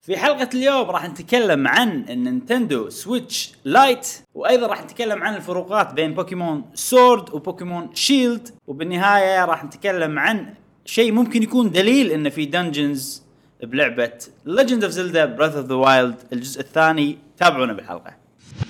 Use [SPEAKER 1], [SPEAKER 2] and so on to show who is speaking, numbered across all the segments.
[SPEAKER 1] في حلقة اليوم راح نتكلم عن النينتندو سويتش لايت، وأيضا راح نتكلم عن الفروقات بين بوكيمون سورد وبوكيمون شيلد، وبالنهاية راح نتكلم عن شيء ممكن يكون دليل إن في دنجنز بلعبة Legend of Zelda Breath of the Wild الجزء الثاني. تابعونا بالحلقة.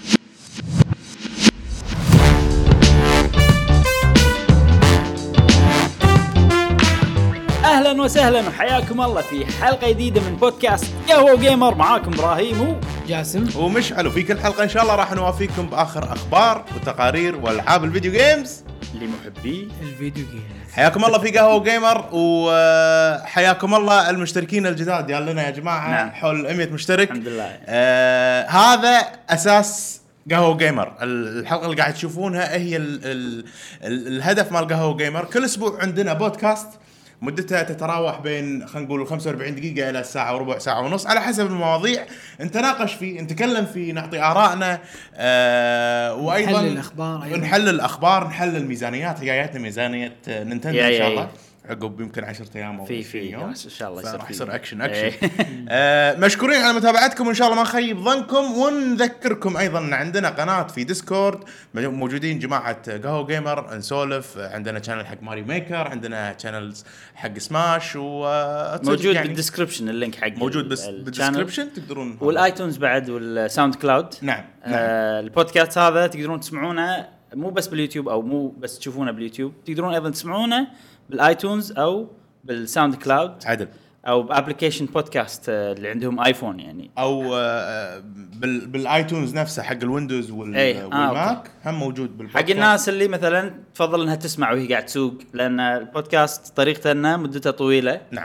[SPEAKER 1] اهلا وسهلا وحياكم الله في حلقه جديده من بودكاست قهوه جيمر. معاكم ابراهيم
[SPEAKER 2] وجاسم
[SPEAKER 3] ومشعل، وفي كل حلقه ان شاء الله راح نوافيكم باخر اخبار وتقارير والعاب الفيديو جيمز
[SPEAKER 1] لمحبي
[SPEAKER 2] الفيديو جيمز.
[SPEAKER 3] حياكم الله في قهوه جيمر، وحياكم الله المشتركين الجداد. يا لنا يا جماعه
[SPEAKER 1] نعم.
[SPEAKER 3] حول 100 مشترك
[SPEAKER 1] الحمد لله.
[SPEAKER 3] هذا اساس قهوه جيمر. الحلقه اللي قاعد تشوفونها هي الهدف مال قهوه جيمر. كل اسبوع عندنا بودكاست مدتها تتراوح بين خلينا نقول 45 دقيقة إلى ساعة وربع، ساعة ونص، على حسب المواضيع نتناقش فيه، نتكلم فيه، نعطي آرائنا، وأيضا نحلل الأخبار، نحلل ميزانيات. جايتنا ميزانية نينتندو إن شاء الله عقب يمكن 10 أيام أو
[SPEAKER 1] في يوم إن شاء الله
[SPEAKER 3] راح يصير أكشن. مشكورين على متابعتكم، وإن شاء الله ما نخيب ظنكم. ونذكركم أيضا أن عندنا قناة في ديسكورد، موجودين جماعة قهوة جيمر نسولف. عندنا channel حق ماري ميكر، عندنا channels حق سماش،
[SPEAKER 1] موجود يعني بالديسكريبشن. اللينك حق
[SPEAKER 3] موجود بالديسكريبشن، تقدرون
[SPEAKER 1] والايتونز بعد والساوند كلاود.
[SPEAKER 3] نعم.
[SPEAKER 1] البودكاست هذا تقدرون تسمعونه مو بس باليوتيوب او مو بس تشوفونه باليوتيوب، تقدرون ايضا تسمعونه بالايتونز او بالساوند كلاود
[SPEAKER 3] عدل،
[SPEAKER 1] او بابليكيشن بودكاست اللي عندهم ايفون يعني، او
[SPEAKER 3] بالايتونز نفسه حق الويندوز والماك. هم موجود بالبودكاست
[SPEAKER 1] حق الناس اللي مثلا تفضل انها تسمع وهي قاعد تسوق، لان البودكاست طريقته انه مدته طويله.
[SPEAKER 3] نعم.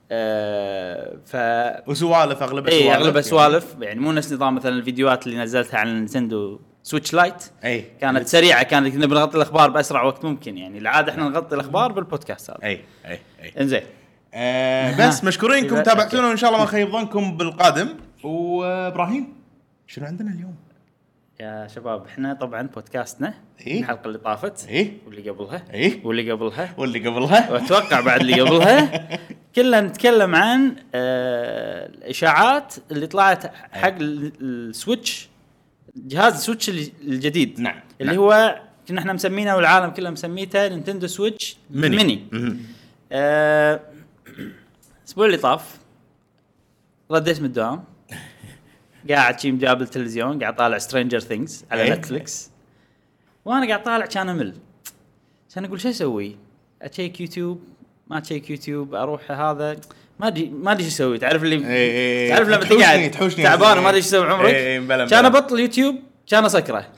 [SPEAKER 1] وسوالف
[SPEAKER 3] اغلب
[SPEAKER 1] سوالف يعني مو نفس نظام مثلا الفيديوهات اللي نزلتها عن نينتندو سويتش لايت. كانت سريعه، كانت كنا بنغطي الاخبار باسرع وقت ممكن. يعني العاده احنا نغطي الاخبار بالبودكاست هذا. انزين.
[SPEAKER 3] بس مشكورينكم تابعتونا، وان شاء الله ما نخيب ظنكم بالقادم. وابراهيم شنو عندنا اليوم
[SPEAKER 1] يا شباب؟ احنا طبعا بودكاستنا الحلقه اللي طافت واللي قبلها واللي قبلها
[SPEAKER 3] واللي قبلها
[SPEAKER 1] واتوقع بعد اللي قبلها كلنا نتكلم عن الاشاعات اللي طلعت حق السويتش، جهاز السويتش الجديد.
[SPEAKER 3] نعم.
[SPEAKER 1] اللي هو كنا احنا مسمينه والعالم كله مسميته نينتندو سويتش ميني. الاسبوع اللي طاف رديت من الدوام، قاعد شي مجابل التلفزيون، قاعد طالع سترينجر ثينجز على نتفليكس، وانا قاعد طالع كان امل. كان اقول شو اسوي؟ اتشيك يوتيوب، ما اتشيك يوتيوب، اروح هذا ما ادري شو اسوي. تعرف اللي تعرف لما تقعد تعبان وما ادري شو اسوي عمرك. كان ابطل يوتيوب، كان اسكره،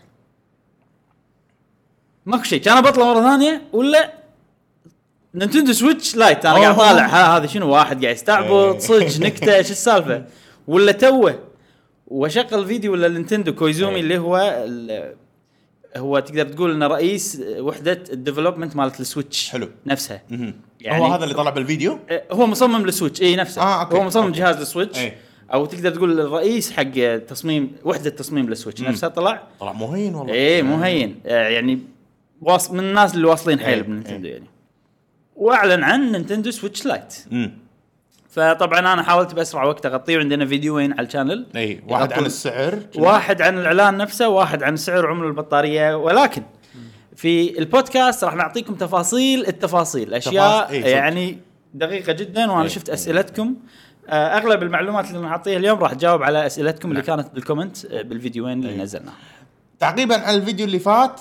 [SPEAKER 1] ماكو شيء، كان ابطله مره ثانيه. ولا نينتندو سويتش لايت انا قاعد طالع هذا شنو؟ واحد قاعد يستعبط صدق نكته ايش السالفه؟ ولا توه واشغل فيديو ولا نينتندو كويزومي اللي هو تقدر تقول انه رئيس وحده الديفلوبمنت مالت السويتش.
[SPEAKER 3] حلو.
[SPEAKER 1] نفسها
[SPEAKER 3] يعني هو هذا اللي طلع بالفيديو،
[SPEAKER 1] هو مصمم للسويتش. نفسه. هو مصمم جهاز السويتش. او تقدر تقول الرئيس حق تصميم وحده تصميم للسويتش نفسها. طلع
[SPEAKER 3] مو هين والله.
[SPEAKER 1] مو هين يعني من الناس اللي واصلين حيل بنينتندو يعني. واعلن عن نينتندو سويتش لايت. فطبعا انا حاولت باسرع وقت اغطيه. عندنا فيديوين على الشانل،
[SPEAKER 3] واحد عن السعر،
[SPEAKER 1] واحد عن الاعلان نفسه، واحد عن سعر عمر البطاريه. ولكن في البودكاست راح نعطيكم التفاصيل اشياء يعني دقيقه جدا. وانا شفت اسئلتكم، اغلب المعلومات اللي نعطيها اليوم راح تجاوب على اسئلتكم اللي كانت بالكومنت بالفيديوين اللي نزلناه
[SPEAKER 3] تعقيبا على الفيديو اللي فات.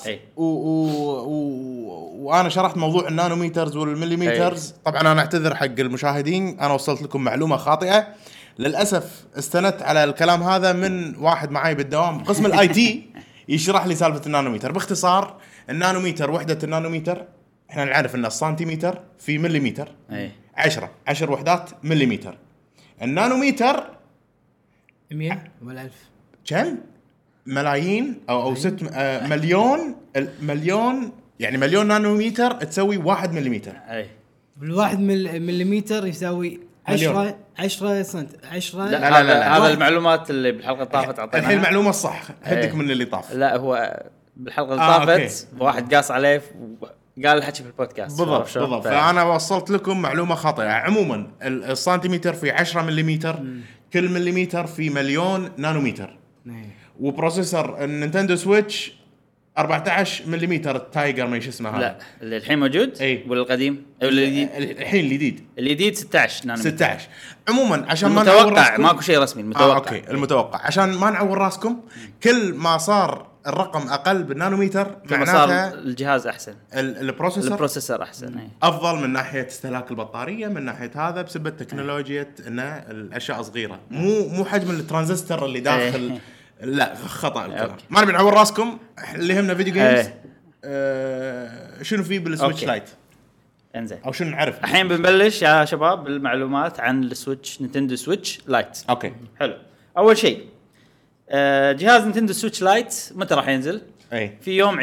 [SPEAKER 3] وانا شرحت موضوع النانوميترز والمليمترز. طبعا انا اعتذر حق المشاهدين، انا وصلت لكم معلومه خاطئه للاسف. استندت على الكلام هذا من واحد معاي بالدوام قسم الاي تي يشرح لي سالفه النانوميتر. باختصار النانوميتر وحده النانوميتر احنا نعرف ان السنتيمتر في مليمتر، 10 وحدات مليمتر. النانوميتر
[SPEAKER 2] 100 ولا 1000
[SPEAKER 3] كم ملايين او 6 مليون يعني مليون نانومتر تسوي 1 مليمتر.
[SPEAKER 2] بالواحد مليمتر يساوي 10 سنت 10.
[SPEAKER 1] لا هذا المعلومات اللي بالحلقه طافت اعطيناها.
[SPEAKER 3] الحين المعلومه الصح هدك من اللي طاف.
[SPEAKER 1] لا هو بالحلقه اللي طافت واحد قاص عليه قال الحكي في البودكاست.
[SPEAKER 3] بالضبط. فانا وصلت لكم معلومه خاطئه. عموما السنتيمتر في 10 مليمتر كل مليمتر في مليون نانومتر.
[SPEAKER 2] إيه.
[SPEAKER 3] وبروسيسور النينتندو سويتش 14 ملم التايجر ما شو اسمه هذا.
[SPEAKER 1] لا اللي الحين موجود
[SPEAKER 3] إي.
[SPEAKER 1] ولا القديم ولا الجديد؟
[SPEAKER 3] الحين الجديد
[SPEAKER 1] الجديد 16 نانومتر.
[SPEAKER 3] 16. عموما عشان ما نعور
[SPEAKER 1] متوقع
[SPEAKER 3] راسكم
[SPEAKER 1] ماكو شيء رسمي المتوقع.
[SPEAKER 3] اوكي المتوقع عشان ما نعور راسكم. كل ما صار الرقم اقل بالنانومتر
[SPEAKER 1] كل ما صار
[SPEAKER 3] معناتها
[SPEAKER 1] الجهاز احسن،
[SPEAKER 3] البروسيسور
[SPEAKER 1] احسن. أي.
[SPEAKER 3] افضل من ناحيه استهلاك البطاريه، من ناحيه هذا بسبب تكنولوجيا ان الاشياء صغيره، مو حجم الترانزستور اللي داخل. لا خطا الكلام.
[SPEAKER 1] أوكي.
[SPEAKER 3] ما نبي نعور راسكم، اللي يهمنا فيديو جيمز.
[SPEAKER 1] إيه.
[SPEAKER 3] شنو في بالسويتش
[SPEAKER 1] أوكي.
[SPEAKER 3] لايت
[SPEAKER 1] انزين
[SPEAKER 3] او شنو نعرف
[SPEAKER 1] الحين بنبلش يا شباب بالمعلومات عن السويتش نينتندو سويتش لايت.
[SPEAKER 3] اوكي
[SPEAKER 1] حلو. اول شيء جهاز نينتندو سويتش لايت متى راح ينزل؟
[SPEAKER 3] اي
[SPEAKER 1] في يوم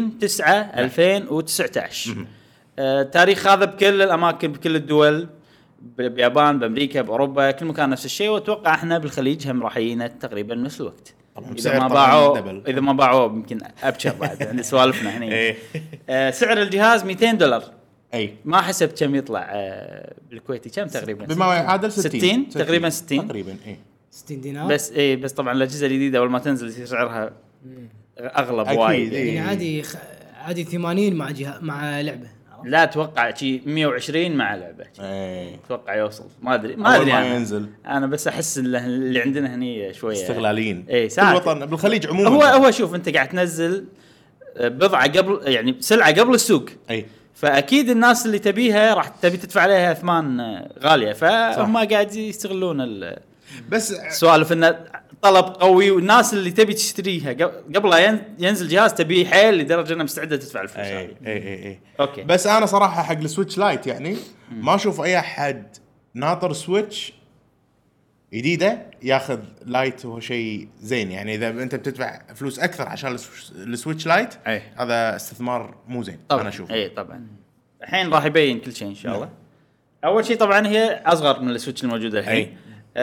[SPEAKER 1] 20/9/2019. تاريخ هذا بكل الاماكن بكل الدول، باليابان بامريكا باوروبا كل مكان نفس الشيء، واتوقع احنا بالخليج هم راح يجينا تقريبا نفس الوقت. اذا ما باعوا يمكن ابشر بعد عند سوالفنا هنا. سعر الجهاز $200.
[SPEAKER 3] اي
[SPEAKER 1] ما حسبت كم يطلع بالكويتي كم تقريبا
[SPEAKER 3] بما يعادل
[SPEAKER 1] 60 تقريبا 60
[SPEAKER 3] تقريبا. اي
[SPEAKER 2] 60 دينار
[SPEAKER 1] بس طبعا الاجهزه الجديده اول ما تنزل يصير سعرها اغلب
[SPEAKER 3] أكيد.
[SPEAKER 1] وايد
[SPEAKER 2] يعني
[SPEAKER 3] إيه.
[SPEAKER 2] عادي 80 مع لعبه.
[SPEAKER 1] لا اتوقع شي 120 مع لعبه
[SPEAKER 3] اي
[SPEAKER 1] اتوقع يوصل، ما ادري
[SPEAKER 3] ما
[SPEAKER 1] أنا.
[SPEAKER 3] ينزل
[SPEAKER 1] انا بس احس اللي عندنا هني شويه
[SPEAKER 3] استغلاليين.
[SPEAKER 1] اي
[SPEAKER 3] في
[SPEAKER 1] ساعات
[SPEAKER 3] الوطن بالخليج عموما
[SPEAKER 1] هو شوف انت قاعد تنزل بضعه قبل، يعني سلعه قبل السوق،
[SPEAKER 3] اي
[SPEAKER 1] فاكيد الناس اللي تبيها راح تبي تدفع عليها اثمان غاليه، فهم قاعد يستغلون
[SPEAKER 3] بس
[SPEAKER 1] سوالف انه طلب قوي، والناس اللي تبي تشتريها قبل لا ينزل جهاز تبيه حيل لدرجه انها مستعده تدفع الفلوس هذه.
[SPEAKER 3] اي
[SPEAKER 1] اوكي.
[SPEAKER 3] بس انا صراحه حق السويتش لايت يعني ما اشوف اي احد ناطر سويتش جديده ياخذ لايت هو شيء زين. يعني اذا انت بتدفع فلوس اكثر عشان السويتش لايت
[SPEAKER 1] أي.
[SPEAKER 3] هذا استثمار مو زين.
[SPEAKER 1] طبعًا.
[SPEAKER 3] انا اشوف
[SPEAKER 1] اي طبعا الحين راح يبين كل شيء ان شاء الله. اول شيء طبعا هي اصغر من السويتش الموجوده الحين.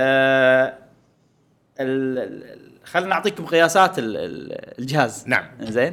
[SPEAKER 1] خلينا نعطيكم قياسات الجهاز.
[SPEAKER 3] نعم.
[SPEAKER 1] زين.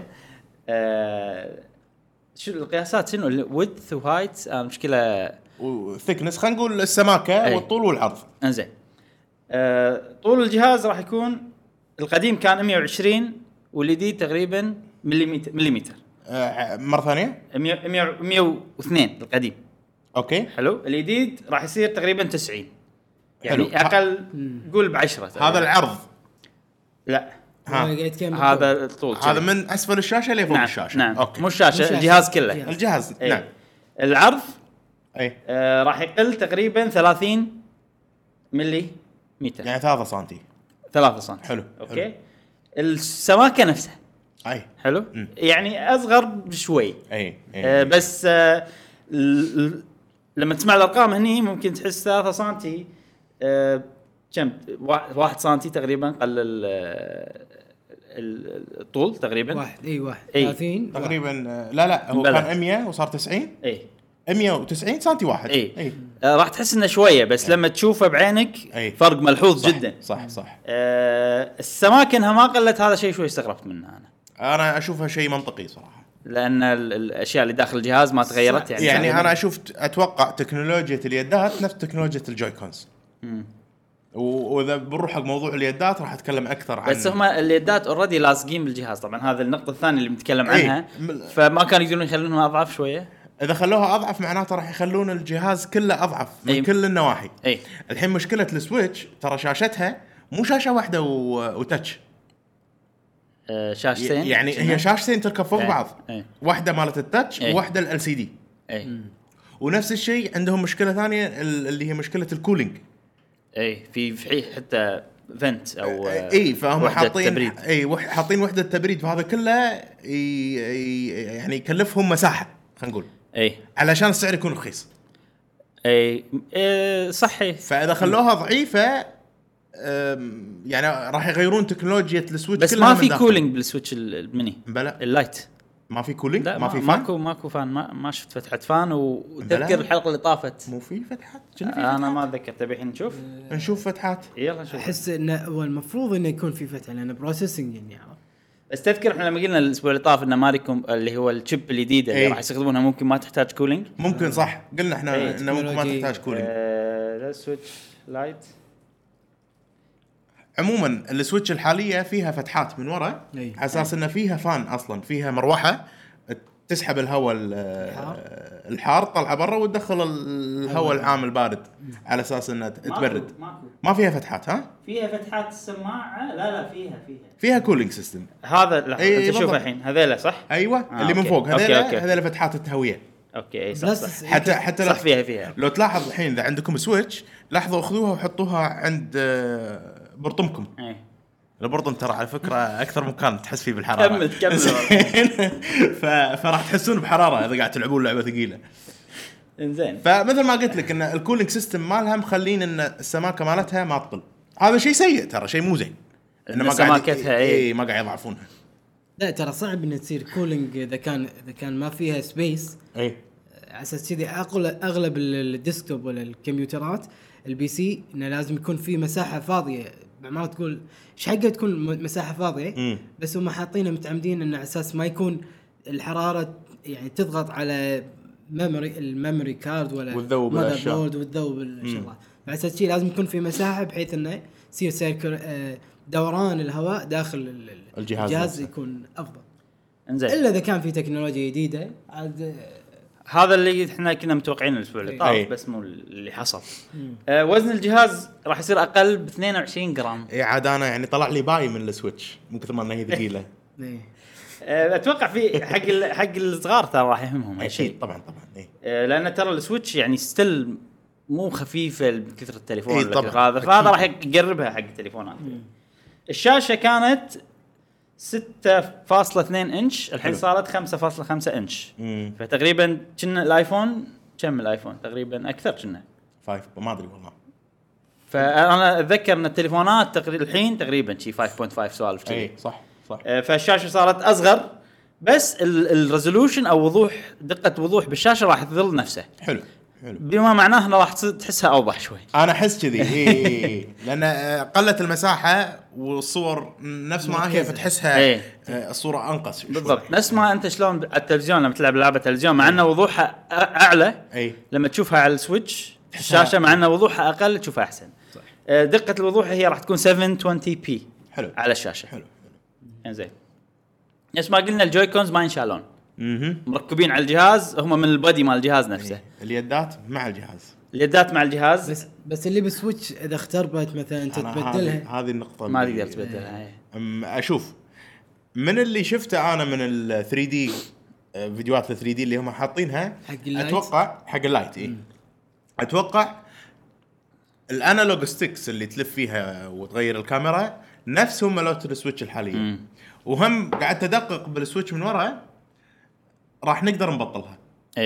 [SPEAKER 1] شو القياسات؟ شنو الويدث وهايت؟ مشكله
[SPEAKER 3] وثيكنس، خلينا نقول السماكه
[SPEAKER 1] أي.
[SPEAKER 3] والطول والعرض.
[SPEAKER 1] انزين. طول الجهاز راح يكون القديم كان 120 والجديد تقريبا مليمتر.
[SPEAKER 3] مره ثانيه
[SPEAKER 1] 102 القديم.
[SPEAKER 3] اوكي
[SPEAKER 1] حلو. الجديد راح يصير تقريبا 90، يعني
[SPEAKER 3] حلو.
[SPEAKER 1] اقل قول ب10.
[SPEAKER 3] هذا العرض.
[SPEAKER 1] لا
[SPEAKER 2] هذا
[SPEAKER 1] هذا الطول.
[SPEAKER 3] هذا من اسفل الشاشه لفوق
[SPEAKER 1] نعم.
[SPEAKER 3] الشاشه.
[SPEAKER 1] نعم.
[SPEAKER 3] اوكي
[SPEAKER 1] مو الشاشه، الجهاز كله.
[SPEAKER 3] الجهاز
[SPEAKER 1] أي.
[SPEAKER 3] نعم.
[SPEAKER 1] العرض
[SPEAKER 3] اي
[SPEAKER 1] راح يقل تقريبا 30 ملي متر،
[SPEAKER 3] يعني 3 سم.
[SPEAKER 1] 3 سم.
[SPEAKER 3] حلو.
[SPEAKER 1] اوكي.
[SPEAKER 3] حلو.
[SPEAKER 1] السماكه نفسها.
[SPEAKER 3] اي
[SPEAKER 1] حلو. يعني اصغر بشوي.
[SPEAKER 3] اي
[SPEAKER 1] بس لما تسمع الارقام هني ممكن تحس 3 سم كم 1 سم تقريبا قل الطول تقريبا.
[SPEAKER 2] واحد 30
[SPEAKER 3] تقريبا. لا هو
[SPEAKER 1] بلى.
[SPEAKER 3] كان 100 وصار 90.
[SPEAKER 1] اي
[SPEAKER 3] 190 سم واحد.
[SPEAKER 1] اي راح تحس انه شويه، بس لما تشوفه بعينك
[SPEAKER 3] أي.
[SPEAKER 1] فرق ملحوظ
[SPEAKER 3] صح.
[SPEAKER 1] جدا.
[SPEAKER 3] صح
[SPEAKER 1] السماكه انها ما قلت، هذا شيء شوي استغربت منه
[SPEAKER 3] انا اشوفها شيء منطقي صراحه،
[SPEAKER 1] لان الاشياء اللي داخل الجهاز ما تغيرت.
[SPEAKER 3] يعني انا اتوقع تكنولوجيا اليدات نفس تكنولوجيا الجوي كونز. واذا بنروح حق موضوع اليدات راح اتكلم اكثر عن،
[SPEAKER 1] بس هم اليدات اوريدي لاصقين بالجهاز. طبعا هذا النقطه الثانيه اللي بنتكلم
[SPEAKER 3] أي.
[SPEAKER 1] عنها. فما كانوا يقدرون يخلونها اضعف شويه.
[SPEAKER 3] اذا خلوها اضعف معناته راح يخلون الجهاز كله اضعف من
[SPEAKER 1] أي.
[SPEAKER 3] كل النواحي.
[SPEAKER 1] اي
[SPEAKER 3] الحين مشكله السويتش ترى شاشتها مو شاشه واحده وتاتش.
[SPEAKER 1] شاشتين
[SPEAKER 3] يعني هي شاشتين تركب فوق
[SPEAKER 1] أي.
[SPEAKER 3] بعض.
[SPEAKER 1] أي.
[SPEAKER 3] واحده مالت التاتش
[SPEAKER 1] أي.
[SPEAKER 3] وواحده ال LCD.
[SPEAKER 1] اي
[SPEAKER 3] ونفس الشيء عندهم مشكله ثانيه اللي هي مشكله الكولينج.
[SPEAKER 1] اي في حتى فنت او
[SPEAKER 3] اي فهم
[SPEAKER 1] وحدة
[SPEAKER 3] حاطين
[SPEAKER 1] تبريد.
[SPEAKER 3] حاطين وحده تبريد، فهذا كله يعني يكلفهم مساحه خلينا نقول
[SPEAKER 1] اي
[SPEAKER 3] علشان السعر يكون رخيص.
[SPEAKER 1] اي صحي.
[SPEAKER 3] فاذا خلوها ضعيفه يعني راح يغيرون تكنولوجيا السويتش
[SPEAKER 1] بس
[SPEAKER 3] كلها
[SPEAKER 1] ما
[SPEAKER 3] من
[SPEAKER 1] في
[SPEAKER 3] داخل.
[SPEAKER 1] كولينج بالسويتش الميني.
[SPEAKER 3] بلا
[SPEAKER 1] اللايت
[SPEAKER 3] ما في كولينج.
[SPEAKER 1] لا
[SPEAKER 3] ما في فان.
[SPEAKER 1] ماكو فان. ما شفت فتحه فان.
[SPEAKER 3] بلا.
[SPEAKER 1] وتذكر الحلقه اللي طافت
[SPEAKER 3] مو في فتحات.
[SPEAKER 1] انا ما اتذكر. تبي الحين نشوف؟
[SPEAKER 3] نشوف فتحات.
[SPEAKER 1] يلا نشوف.
[SPEAKER 2] احس انه هو المفروض انه يكون في فتحه لان بروسيسنج يعني.
[SPEAKER 1] بس تذكر احنا لما قلنا الاسبوع اللي طاف ان ماريكوم اللي هو الشيب الجديد اللي
[SPEAKER 3] أي.
[SPEAKER 1] راح يستخدمونها ممكن ما تحتاج كولينج.
[SPEAKER 3] ممكن صح قلنا احنا
[SPEAKER 1] أي.
[SPEAKER 3] انه ممكن ما
[SPEAKER 2] تكنولوجي.
[SPEAKER 3] تحتاج كولينج.
[SPEAKER 1] لا سويتش لايت
[SPEAKER 3] عموما السويتش الحاليه فيها فتحات من ورا
[SPEAKER 2] أي.
[SPEAKER 3] على اساس انه فيها فان اصلا، فيها مروحه تسحب الهواء الحار طلع برا وتدخل الهواء العام البارد على اساس انها تبرد. ما فيها فتحات. ها
[SPEAKER 1] فيها فتحات السماعه. لا
[SPEAKER 3] فيها كولينج سيستم.
[SPEAKER 1] هذا انت شوف
[SPEAKER 3] بالضبط.
[SPEAKER 1] الحين هذيلا صح.
[SPEAKER 3] ايوه اللي من
[SPEAKER 1] أوكي.
[SPEAKER 3] فوق
[SPEAKER 1] أوكي.
[SPEAKER 3] هذيلا فتحات التهويه.
[SPEAKER 1] اوكي اي
[SPEAKER 2] بس
[SPEAKER 1] صح.
[SPEAKER 3] حتى
[SPEAKER 1] صح فيها
[SPEAKER 3] لو تلاحظ الحين اذا عندكم سويتش لاحظوا اخذوها وحطوها عند برطمكم.
[SPEAKER 1] اي
[SPEAKER 3] البرطم ترى على فكره اكثر مكان تحس فيه بالحراره.
[SPEAKER 1] كمل
[SPEAKER 3] فراح تحسون بحراره اذا قاعد تلعبون لعبه ثقيله.
[SPEAKER 1] انزين.
[SPEAKER 3] فمثل ما قلت لك ان الكولينج سيستم مالها مخلين ان السماكه مالتها ما تطل. هذا شيء سيء ترى، شيء مو زين.
[SPEAKER 1] إن سماكتها
[SPEAKER 3] اي ما قاعد يضعفونها.
[SPEAKER 2] لا ترى صعب ان تصير كولينج اذا كان ما فيها سبيس.
[SPEAKER 3] اي
[SPEAKER 2] على اساس كذي اغلب الديسكتوب ولا الكمبيوترات البي سي انه لازم يكون في مساحه فاضيه. ما تقول ايش حقه تكون مساحه فاضيه. بس هم حاطينه متعمدين انه على اساس ما يكون الحراره يعني تضغط على الميموري كارد ولا
[SPEAKER 3] والذوب
[SPEAKER 2] البورد والذوب الشغلات. على اساس شيء لازم يكون في مساحه بحيث انه يصير سيركل دوران الهواء داخل الجهاز يكون افضل.
[SPEAKER 1] انزين.
[SPEAKER 2] الا اذا كان في تكنولوجيا جديده عاد
[SPEAKER 1] هذا اللي احنا كنا متوقعين الاسبوع اللي طاف بس مو اللي حصل. وزن الجهاز راح يصير اقل ب 22 جرام.
[SPEAKER 3] اي عاد انا يعني طلع لي باي من السويتش من كثر ما انها هي ثقيله.
[SPEAKER 1] اتوقع في حق الصغار ترى راح يهمهم هالشيء.
[SPEAKER 3] طبعا
[SPEAKER 1] لان ترى السويتش يعني ستيل مو خفيفه بكثر التليفون.
[SPEAKER 3] هذا
[SPEAKER 1] راح يقربها حق التليفونات. الشاشه كانت 6.2 انش الحين صارت 5.5 انش. فتقريبا كنا الايفون كم الايفون تقريبا اكثر كنا
[SPEAKER 3] 5 ما ادري والله.
[SPEAKER 1] فانا اتذكر ان التليفونات تقريبا الحين تقريبا شي 5.5 سوالف كذي.
[SPEAKER 3] اي صح
[SPEAKER 1] فالشاشه صارت اصغر بس الريزولوشن او دقه وضوح بالشاشه راح تظل نفسه.
[SPEAKER 3] حلو
[SPEAKER 1] بما معناه انه راح تحسها اوضح شوي.
[SPEAKER 3] انا احس كذي اي لان قلت المساحه والصور نفس ما هي فتحسها الصوره انقص
[SPEAKER 1] بالضبط. نفس ما انت شلون على التلفزيون لما تلعب لعبه تلفزيون مع انه وضوحها اعلى لما تشوفها على السويتش الشاشه مع انه وضوحها اقل تشوفها احسن. صح. دقه الوضوح هي راح تكون 720p
[SPEAKER 3] حلو
[SPEAKER 1] على الشاشه.
[SPEAKER 3] حلو
[SPEAKER 1] انزين. نفس ما قلنا الجويكونز ما ينشالون. مركبين على الجهاز هم من البادي مال الجهاز نفسه.
[SPEAKER 3] اليدات مع الجهاز
[SPEAKER 2] بس اللي بالسويتش اذا اختربت مثلا انت تبدلها.
[SPEAKER 3] هذه النقطه
[SPEAKER 1] ما تقدر تبدلها.
[SPEAKER 3] اشوف من اللي شفته انا من ال 3 دي فيديوهات ال 3 دي اللي هم حاطينها اتوقع حق اللايت. اتوقع الانالوج ستيكس اللي تلف فيها وتغير الكاميرا نفسهم مالوت السويتش الحاليه. وهم قاعد تدقق بالسويتش من ورا راح نقدر نبطلها.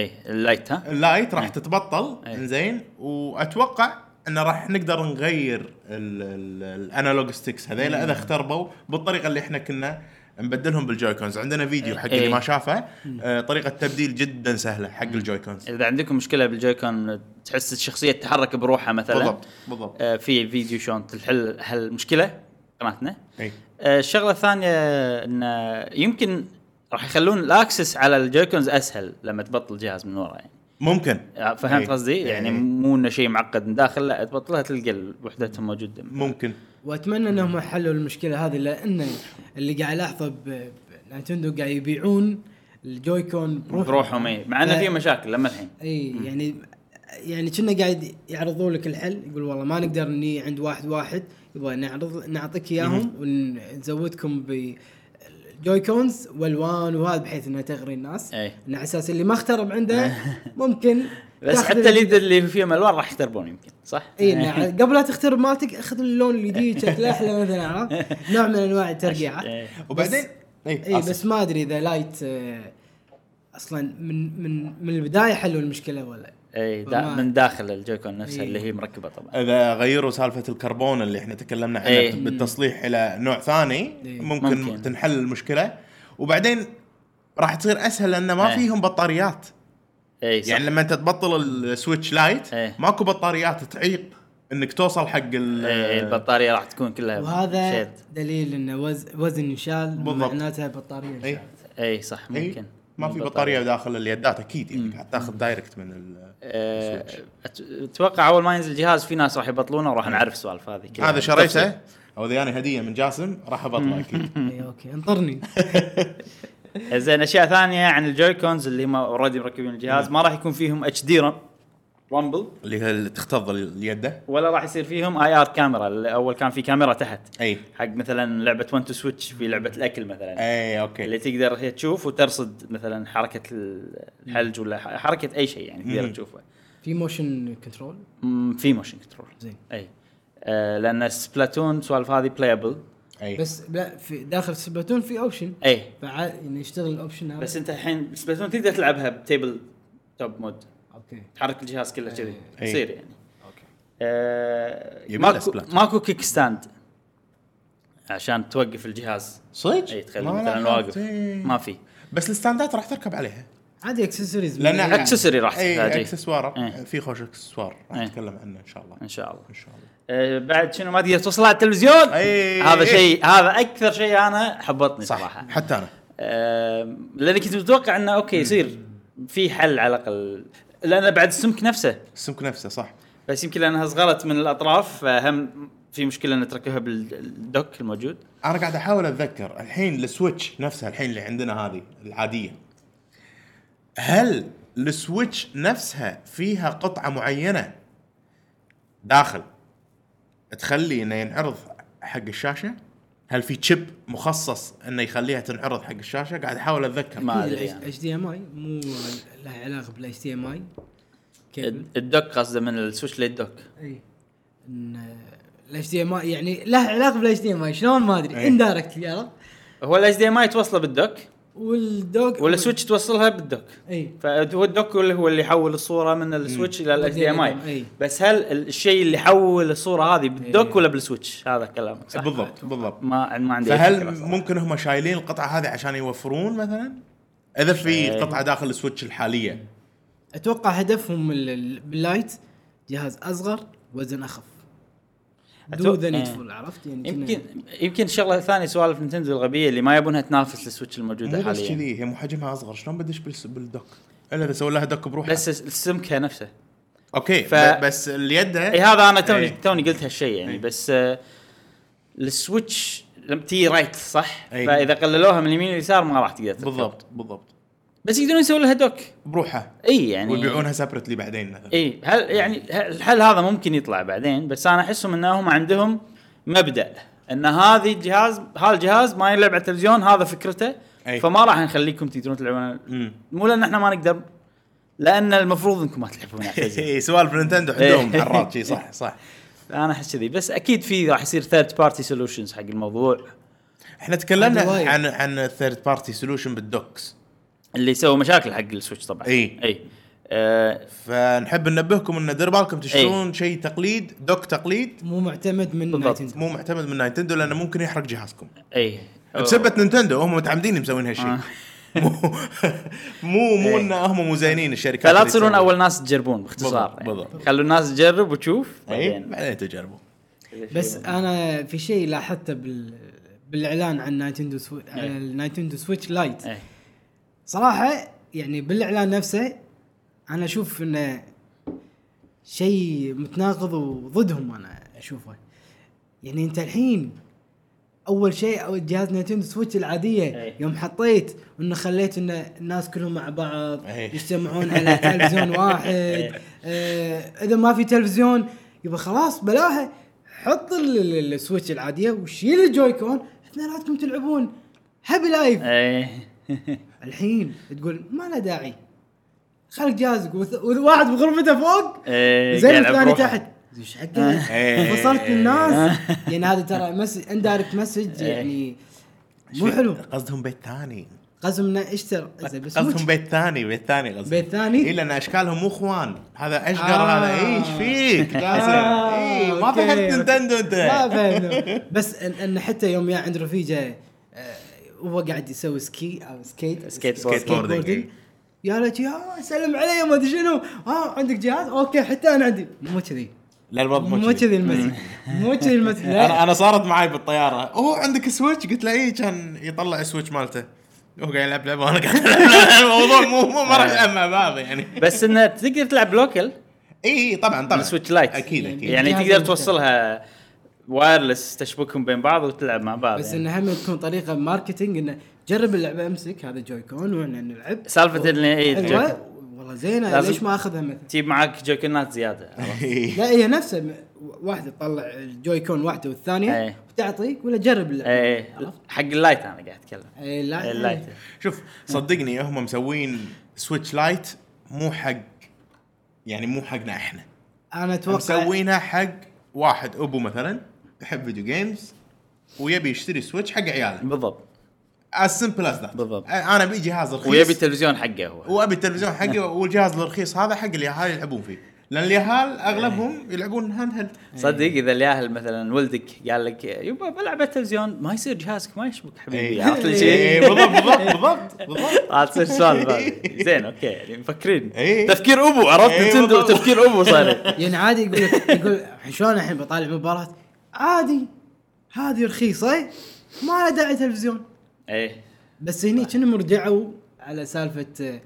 [SPEAKER 3] اللايت راح تتبطل. زين. واتوقع ان راح نقدر نغير الانالوج ستيكس هذيلا اذا اختربوا بالطريقه اللي احنا كنا نبدلهم بالجويكونز. عندنا فيديو حق اللي ما شافه طريقه تبديل جدا سهله حق الجويكونز.
[SPEAKER 1] اذا عندكم مشكله بالجويكون تحس الشخصيه تتحرك بروحها مثلا
[SPEAKER 3] بالضبط
[SPEAKER 1] في فيديو شلون تحل هالمشكله قناتنا. الشغله الثانيه ان يمكن راح يخلون الاكسس على الجويكونز اسهل لما تبطل الجهاز من ورا يعني.
[SPEAKER 3] ممكن.
[SPEAKER 1] فهمت قصدي؟ يعني مو انه شيء معقد من داخل، لا تبطلها تلقى وحدتهم موجوده.
[SPEAKER 3] ممكن.
[SPEAKER 2] واتمنى انهم حلوا المشكله هذه لان اللي قاعد الاحظه بنينتندو قاعد يبيعون الجويكون
[SPEAKER 1] بروحهم. مع انه في مشاكل لما الحين.
[SPEAKER 2] يعني كنا قاعد يعرضوا لك الحل يقول والله ما نقدر اني عند واحد يبغى نعطيك اياهم ونزودكم جويكونز والوان وهذا بحيث انها تغري الناس. ان على اساس اللي ما اخترب عنده ممكن
[SPEAKER 1] بس حتى اليد اللي فيهم الوان راح يختربون يمكن صح.
[SPEAKER 2] قبل لا تخترب مالتك اخذ اللون الجديد شكله احلى مثلا عرفت نوع من انواع الترقيعات.
[SPEAKER 3] وبعدين
[SPEAKER 2] بس ما ادري اذا لايت اصلا من البدايه حلوا المشكله ولا
[SPEAKER 1] من داخل الجويكون نفسها اللي هي مركبه. طبعا
[SPEAKER 3] اذا غيروا سالفه الكربون اللي احنا تكلمنا عنها بالتصليح الى نوع ثاني ممكن تنحل المشكله. وبعدين راح تصير اسهل لان ما فيهم بطاريات. يعني لما انت تبطل السويتش لايت ماكو بطاريات تعيق انك توصل حق
[SPEAKER 1] البطاريه راح تكون كلها.
[SPEAKER 2] وهذا دليل انه وزن ينشال معناتها بطاريه
[SPEAKER 1] صح. ممكن
[SPEAKER 3] ما في بطاريه داخل اليدات اكيد يعني قاعد تاخذ دايركت من
[SPEAKER 1] اتوقع اول ما ينزل الجهاز في ناس راح يبطلونه وراح نعرف السوالف هذه.
[SPEAKER 3] هذا شريته او اذا يعني هديه من جاسم راح ابطله اكيد.
[SPEAKER 2] اي اوكي انطرني.
[SPEAKER 1] زين اشياء ثانيه عن الجوي كونز اللي هم اوريدي مركبين الجهاز، ما راح يكون فيهم اتش دي رامبل
[SPEAKER 3] اللي هي اللي تختض اليده،
[SPEAKER 1] ولا راح يصير فيهم اي ار كاميرا. الاول كان في كاميرا تحت
[SPEAKER 3] اي
[SPEAKER 1] حق مثلا لعبه 1 تو سويتش، في لعبه الاكل مثلا
[SPEAKER 3] اي اوكي
[SPEAKER 1] اللي تقدر هي تشوف وترصد مثلا حركه الحلج ولا حركه اي شيء يعني تقدر تشوفه.
[SPEAKER 2] في موشن كنترول.
[SPEAKER 1] في موشن كنترول
[SPEAKER 2] زين.
[SPEAKER 1] اي لان سبلاتون سوالف هذه بلايبل.
[SPEAKER 3] اي
[SPEAKER 2] بس لا في داخل سبلاتون في اوبشن
[SPEAKER 1] اي
[SPEAKER 2] يعني يشتغل الاوبشن هذا.
[SPEAKER 1] بس انت الحين سبلاتون تقدر تلعبها بتيبل توب مود،
[SPEAKER 2] اوكي
[SPEAKER 1] تحرك الجهاز كله كذي
[SPEAKER 3] أي.
[SPEAKER 1] يصير يعني.
[SPEAKER 2] اوكي.
[SPEAKER 1] ماكو كيك ستاند عشان توقف الجهاز.
[SPEAKER 3] صدق
[SPEAKER 1] اي تخليه مثلا واقف، ما في.
[SPEAKER 3] بس الستاندات راح تركب عليها
[SPEAKER 2] عادي اكسسوارز.
[SPEAKER 3] لان
[SPEAKER 1] اكسسوري راح تحتاج.
[SPEAKER 3] اكسسوار
[SPEAKER 1] إيه.
[SPEAKER 3] في خوش اكسسوار راح
[SPEAKER 1] إيه.
[SPEAKER 3] نتكلم عنه ان شاء الله.
[SPEAKER 1] ان شاء الله.
[SPEAKER 3] ان شاء الله.
[SPEAKER 1] بعد شنو ما تقدر توصل على التلفزيون.
[SPEAKER 3] أي.
[SPEAKER 1] هذا شيء، هذا اكثر شيء انا حبطني
[SPEAKER 3] صح
[SPEAKER 1] صراحه.
[SPEAKER 3] حتى انا
[SPEAKER 1] لاني كنت متوقع انه اوكي يصير في حل على الاقل، لان بعد السمك نفسه
[SPEAKER 3] السمك نفسه صح.
[SPEAKER 1] بس يمكن لانها صغرت من الاطراف فهم في مشكله ان تركبها بالدوك الموجود.
[SPEAKER 3] انا قاعد احاول اتذكر الحين السويتش نفسها الحين اللي عندنا هذه العاديه، هل السويتش نفسها فيها قطعه معينه داخل تخلي انه ينعرض حق الشاشه؟ هل في تشيب مخصص انه يخليها تنعرض حق الشاشه؟ قاعد احاول اتذكر.
[SPEAKER 1] ما ادري يعني.
[SPEAKER 2] اتش دي ام اي مو له علاقه بالاتش دي ام اي كيبل.
[SPEAKER 1] الدوك قصده من السويتش للدوك.
[SPEAKER 2] اي ان الاتش دي ام اي يعني له علاقه بالاتش دي ام اي شلون ما ادري اندايركت يا
[SPEAKER 1] هو الاتش دي ام اي توصله بالدوك
[SPEAKER 2] والدوك
[SPEAKER 1] ولا سويتش توصلها بالدوك.
[SPEAKER 2] اي
[SPEAKER 1] فهو الدوك هو اللي يحول الصوره من السويتش الى الاتش دي ام اي.
[SPEAKER 2] أي.
[SPEAKER 1] بس هل الشيء اللي يحول الصوره هذه بالدوك ولا بالسويتش؟ هذا كلامك صح.
[SPEAKER 3] بالضبط
[SPEAKER 1] ما عندي أي فكرة
[SPEAKER 3] فهل
[SPEAKER 1] صراحة.
[SPEAKER 3] ممكن هم شايلين القطعه هذه عشان يوفرون مثلا اذا في قطعه داخل السويتش الحاليه؟
[SPEAKER 2] اتوقع هدفهم باللايت جهاز اصغر وزن اخف ذا نيدفول. عرفت يعني
[SPEAKER 1] يمكن شغله ثانيه سوالف نينتندو الغبيه اللي ما يبونها تنافس السويتش الموجوده
[SPEAKER 3] مو بس
[SPEAKER 1] حاليا.
[SPEAKER 3] كذي، هي مو حجمها اصغر، شلون بدش بالدوك الا اذا سووا لها دوك بروحها؟
[SPEAKER 1] بس السمكه نفسه.
[SPEAKER 3] اوكي بس اليد
[SPEAKER 1] اي هذا انا
[SPEAKER 3] إيه.
[SPEAKER 1] توني قلت هالشيء يعني. بس السويتش لما تي رايت صح.
[SPEAKER 3] أي.
[SPEAKER 1] فاذا قللوها من اليمين لليسار ما راح تقدر تركب.
[SPEAKER 3] بالضبط
[SPEAKER 1] بس يقدرون يسوون لها دوك.
[SPEAKER 3] بروحها
[SPEAKER 1] اي يعني
[SPEAKER 3] ويبيعونها سيبرتلي بعدين مثلا.
[SPEAKER 1] اي هل يعني الحل هذا ممكن يطلع بعدين، بس انا احسهم انهم عندهم مبدأ ان هذا الجهاز ما يلعب على التلفزيون، هذا فكرته.
[SPEAKER 3] أي.
[SPEAKER 1] فما راح نخليكم تقدرون تلعبون. مو لان احنا ما نقدر، لان المفروض انكم ما تلعبون على التلفزيون.
[SPEAKER 3] سوالف نينتندو عندهم حرات شيء صح.
[SPEAKER 1] انا احس كذي. بس اكيد في راح يصير ثيرد بارتي سولوشنز حق الموضوع.
[SPEAKER 3] احنا تكلمنا عن الثيرد بارتي سولوشن بالدوكس
[SPEAKER 1] اللي يسوي مشاكل حق السويتش طبعا.
[SPEAKER 3] اي فنحب ننبهكم ان دير بالكم تشترون شيء تقليد، دوك تقليد
[SPEAKER 2] مو معتمد من نينتندو.
[SPEAKER 3] مو معتمد من نينتندو لانه ممكن يحرق جهازكم.
[SPEAKER 1] اي
[SPEAKER 3] بسبة نينتندو هم متعمدين مسوين هالشيء. مو ان هم مو زينين الشركات.
[SPEAKER 1] فلا تصيرون اول ناس تجربون باختصار.
[SPEAKER 3] بالضبط.
[SPEAKER 1] خلوا الناس تجرب وتشوف
[SPEAKER 3] بعدين تجربوا.
[SPEAKER 2] بس انا في شيء لاحظته بالاعلان عن نينتندو سويتش لايت. صراحه يعني بالاعلان نفسه انا اشوف انه شيء متناقض وضدهم. انا اشوفه يعني انت الحين اول شيء او جهاز نينتندو سويتش العاديه يوم حطيت انه خليت ان الناس كلهم مع بعض يجتمعون على تلفزيون واحد. اذا ما في تلفزيون يبقى خلاص بلاها، حط السويتش العاديه وشيل الجويكون، اثنيناتكم تلعبون هابي لايف. الحين تقول ما له داعي، خلق جهازك وواحد بغرفته فوق زي الثاني تحت. ايش حقه وصلت الناس يعني. هذا ترى اندايركت مسج يعني مو حلو.
[SPEAKER 3] قصدهم بيت ثاني،
[SPEAKER 2] قصدهم اشتر
[SPEAKER 3] قصدهم بيت ثاني قصدهم
[SPEAKER 2] بيت ثاني.
[SPEAKER 3] اي لان اشكالهم مو اخوان. هذا اشقر هذا ايش فيك جاسم؟ ما فهمت نينتندو انت.
[SPEAKER 2] ما فهمت. بس ان حتى يوم عند رفيجه وهو قاعد يسوي سكيت بوردينج يا لك يا سلم علي ما ادري شنو. عندك جهاز؟ اوكي حتى انا عندي. مو كذي،
[SPEAKER 3] لا الوضع
[SPEAKER 2] مو كذي المسج. مو كذي المسج.
[SPEAKER 3] انا صارت معي بالطياره. عندك سويتش؟ قلت له ايه. كان يطلع السويتش مالته هو قاعد يلعب لعبه وانا قاعد الموضوع مو ما راح مع بعض يعني.
[SPEAKER 1] بس انه تقدر تلعب لوكل.
[SPEAKER 3] اي طبعا
[SPEAKER 1] السويتش لايت
[SPEAKER 3] اكيد
[SPEAKER 1] يعني تقدر توصلها وايرلس تشبكهم بين بعض وتلعب مع بعض
[SPEAKER 2] بس
[SPEAKER 1] يعني.
[SPEAKER 2] انه هم تكون طريقه ماركتينج انه جرب اللعبه امسك هذا جويكون واحنا نلعب
[SPEAKER 1] سالفه اللي
[SPEAKER 2] أيوة، والله زينه
[SPEAKER 1] لازم
[SPEAKER 2] ليش ما اخذها مثلا
[SPEAKER 1] تجيب معك جويكونات زياده
[SPEAKER 2] لا هي نفسها واحده تطلع الجويكون واحده والثانيه
[SPEAKER 1] أي.
[SPEAKER 2] وتعطيك ولا جرب اللعبه
[SPEAKER 1] ايه حق اللايت انا قاعد اتكلم
[SPEAKER 2] اي لا
[SPEAKER 1] اللايت
[SPEAKER 3] شوف صدقني هم مسوين سويتش لايت مو حق يعني مو حقنا احنا
[SPEAKER 2] انا اتوقع
[SPEAKER 3] مسوينها حق واحد ابو مثلا يحب فيديو جيمز ويبي يشتري سويتش حق عياله
[SPEAKER 1] بالضبط
[SPEAKER 3] as simple as that
[SPEAKER 1] بالضبط.
[SPEAKER 3] انا ابي جهاز رخيص
[SPEAKER 1] ويبي التلفزيون حقه هو
[SPEAKER 3] وابي التلفزيون حقه والجهاز الرخيص هذا حق اليهال يلعبون فيه لان اليهال اغلبهم يلعبون هاند هيلد
[SPEAKER 1] صدق اذا الياهل مثلا ولدك قال لك يبا بلعب التلفزيون ما يصير جهازك ما يشبك حبيبي
[SPEAKER 3] إيه.
[SPEAKER 1] عرفت
[SPEAKER 3] إيه،
[SPEAKER 1] الشيء
[SPEAKER 3] بالضبط
[SPEAKER 1] تصير سؤال هذا زين اوكي يعني مفكرين
[SPEAKER 3] إيه.
[SPEAKER 1] تفكير ابو عرفت
[SPEAKER 3] إيه،
[SPEAKER 1] نتندو
[SPEAKER 3] بالضبط.
[SPEAKER 1] تفكير ابو صار
[SPEAKER 2] يعني عادي يقول شلون الحين بطالع مباراه عادي هذه رخيصه ما لها داعي تلفزيون
[SPEAKER 1] ايه
[SPEAKER 2] بس هني كانوا رجعوا على سالفه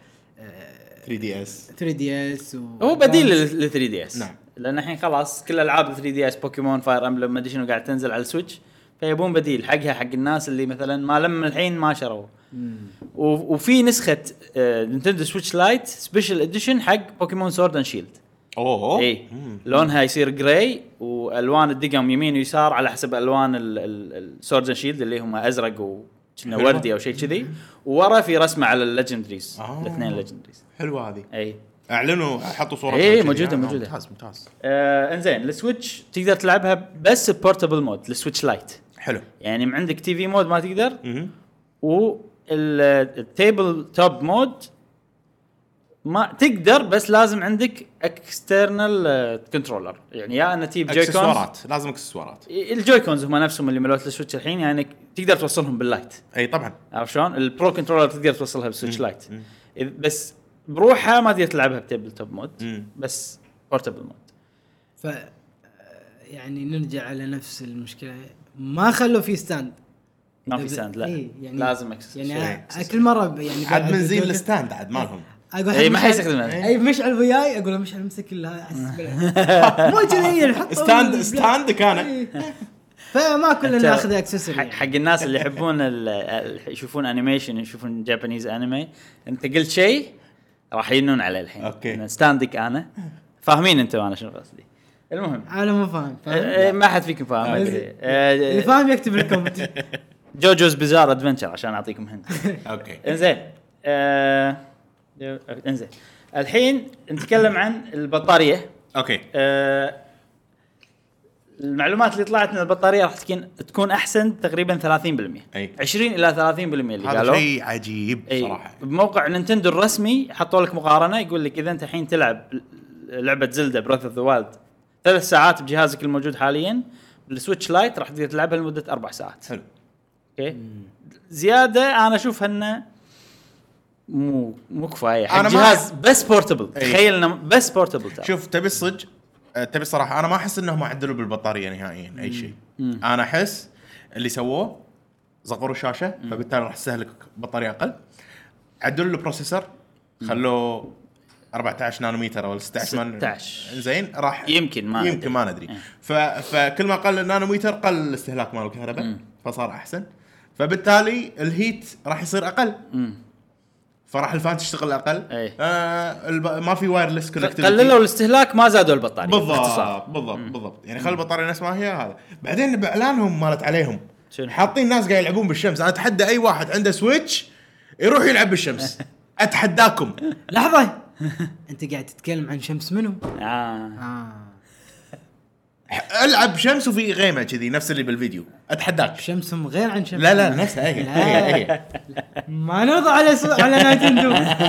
[SPEAKER 3] 3DS
[SPEAKER 2] 3DS
[SPEAKER 1] هو بديل لل 3 دي اس
[SPEAKER 3] نعم.
[SPEAKER 1] لان الحين خلاص كل العاب 3 دي اس بوكيمون فاير امبلم ما ادري شنو قاعد تنزل على السويتش فيبون بديل حقها حق الناس اللي مثلا ما لم الحين ما شروا وفي نسخه نينتندو سويتش لايت سبيشل اديشن حق بوكيمون سورد اند شيلد
[SPEAKER 3] اوه
[SPEAKER 1] اي لونها يصير جراي والوان الدقم يمين ويسار على حسب الوان السورد اند شيلد اللي هم ازرق وكنا وردي او شيء كذي وورا في رسمه على الليجندريز الاثنين الليجندريز
[SPEAKER 3] حلوه هذه
[SPEAKER 1] اي
[SPEAKER 3] اعلنوا حطوا صوره
[SPEAKER 1] إيه، موجودة.
[SPEAKER 3] ممتاز
[SPEAKER 1] انزين السويتش تقدر تلعبها بس بورتبل مود السويتش لايت
[SPEAKER 3] حلو
[SPEAKER 1] يعني عندك تي في مود ما تقدر والتيبل توب مود ما تقدر بس لازم عندك اكسترنال كنترولر يعني يا ان تجيب جويكونز
[SPEAKER 3] اكسسوارات لازم اكسسوارات
[SPEAKER 1] الجويكونز هم نفسهم اللي ملوت السويتش الحين يعني تقدر توصلهم باللايت
[SPEAKER 3] اي طبعا
[SPEAKER 1] عارف شلون البرو كنترولر تقدر توصلها بالسويتش لايت بس بروحها ما تقدر تلعبها بتيبل توب مود بس بورتبل مود
[SPEAKER 2] ف يعني نرجع على نفس المشكله ما خلوا فيه ستاند
[SPEAKER 1] ما في ستاند لا
[SPEAKER 2] إيه يعني
[SPEAKER 1] لازم اكسس
[SPEAKER 2] يعني كل مره يعني
[SPEAKER 3] عاد من زين الستاند عاد مالهم
[SPEAKER 2] اقول
[SPEAKER 1] اي ما حيستخدمها
[SPEAKER 2] اي مشعل وياي اقول له مشعل امسك لها مو كذي نحط
[SPEAKER 3] ستاند كان
[SPEAKER 2] فما كلنا ناخذ اكسسوري
[SPEAKER 1] حق الناس اللي يحبون يشوفون انيميشن يشوفون جابانيز انمي انت قلت شيء راح ينون عليه الحين
[SPEAKER 3] أوكي.
[SPEAKER 1] ستاندك انا فاهمين انتم انا شنو قصدي المهم
[SPEAKER 2] انا ما فاهم
[SPEAKER 1] ما حد فيكم فاهم
[SPEAKER 2] اللي فاهم يكتب الكومنت
[SPEAKER 1] جوجوز بيزار ادفنتشر عشان اعطيكم هنت
[SPEAKER 3] اوكي
[SPEAKER 1] انزين انزين الحين نتكلم عن البطاريه
[SPEAKER 3] اوكي
[SPEAKER 1] المعلومات اللي طلعت من البطاريه راح تكون احسن تقريبا 30%
[SPEAKER 3] أي.
[SPEAKER 1] 20 الى 30% اللي
[SPEAKER 3] هذا
[SPEAKER 1] قالوا
[SPEAKER 3] شيء عجيب صراحه
[SPEAKER 1] بموقع نينتندو الرسمي حطوا لك مقارنه يقول لك اذا انت الحين تلعب لعبه زلدا براث اوف ذا وايلد 3 ساعات بجهازك الموجود حاليا بالسويتش لايت راح تقدر تلعبها لمده 4 ساعات
[SPEAKER 3] حلو
[SPEAKER 1] اوكي زياده انا اشوف انه مو كفايه حق
[SPEAKER 3] أنا
[SPEAKER 1] جهاز بس بورتبل
[SPEAKER 3] أي.
[SPEAKER 1] تخيل انه بس بورتبل
[SPEAKER 3] شوف تبي الصج تبي الصراحه انا ما احس انهم عدلوا بالبطاريه نهائيا اي شيء انا احس اللي سووه صغروا الشاشه فبالتالي راح تستهلك بطاريه اقل عدلوا البروسيسور خلوه 14 نانومتر ولا 16 زين راح
[SPEAKER 1] يمكن ما
[SPEAKER 3] ندري فكل ما قل النانومتر قل الاستهلاك مال الكهرباء فصار احسن فبالتالي الهيت راح يصير اقل فراح الفان تشتغل اقل ما في وايرلس كونكتيفيتي
[SPEAKER 1] قللوا الاستهلاك ما زادوا البطاريه
[SPEAKER 3] بالضبط يعني خلي البطاريه نفس ما هي هذا بعدين باعلانهم مالت عليهم
[SPEAKER 1] شنو؟
[SPEAKER 3] حاطين ناس قاعد يلعبون بالشمس انا اتحدى اي واحد عنده سويتش يروح يلعب بالشمس اتحداكم
[SPEAKER 2] لحظه انت قاعد تتكلم عن شمس منو
[SPEAKER 3] العب شمس وفي غيمه كذي نفس اللي بالفيديو اتحداك
[SPEAKER 2] شمسهم غير عن شمس
[SPEAKER 3] لا نفسها هي
[SPEAKER 2] ما نرضى على نايتندو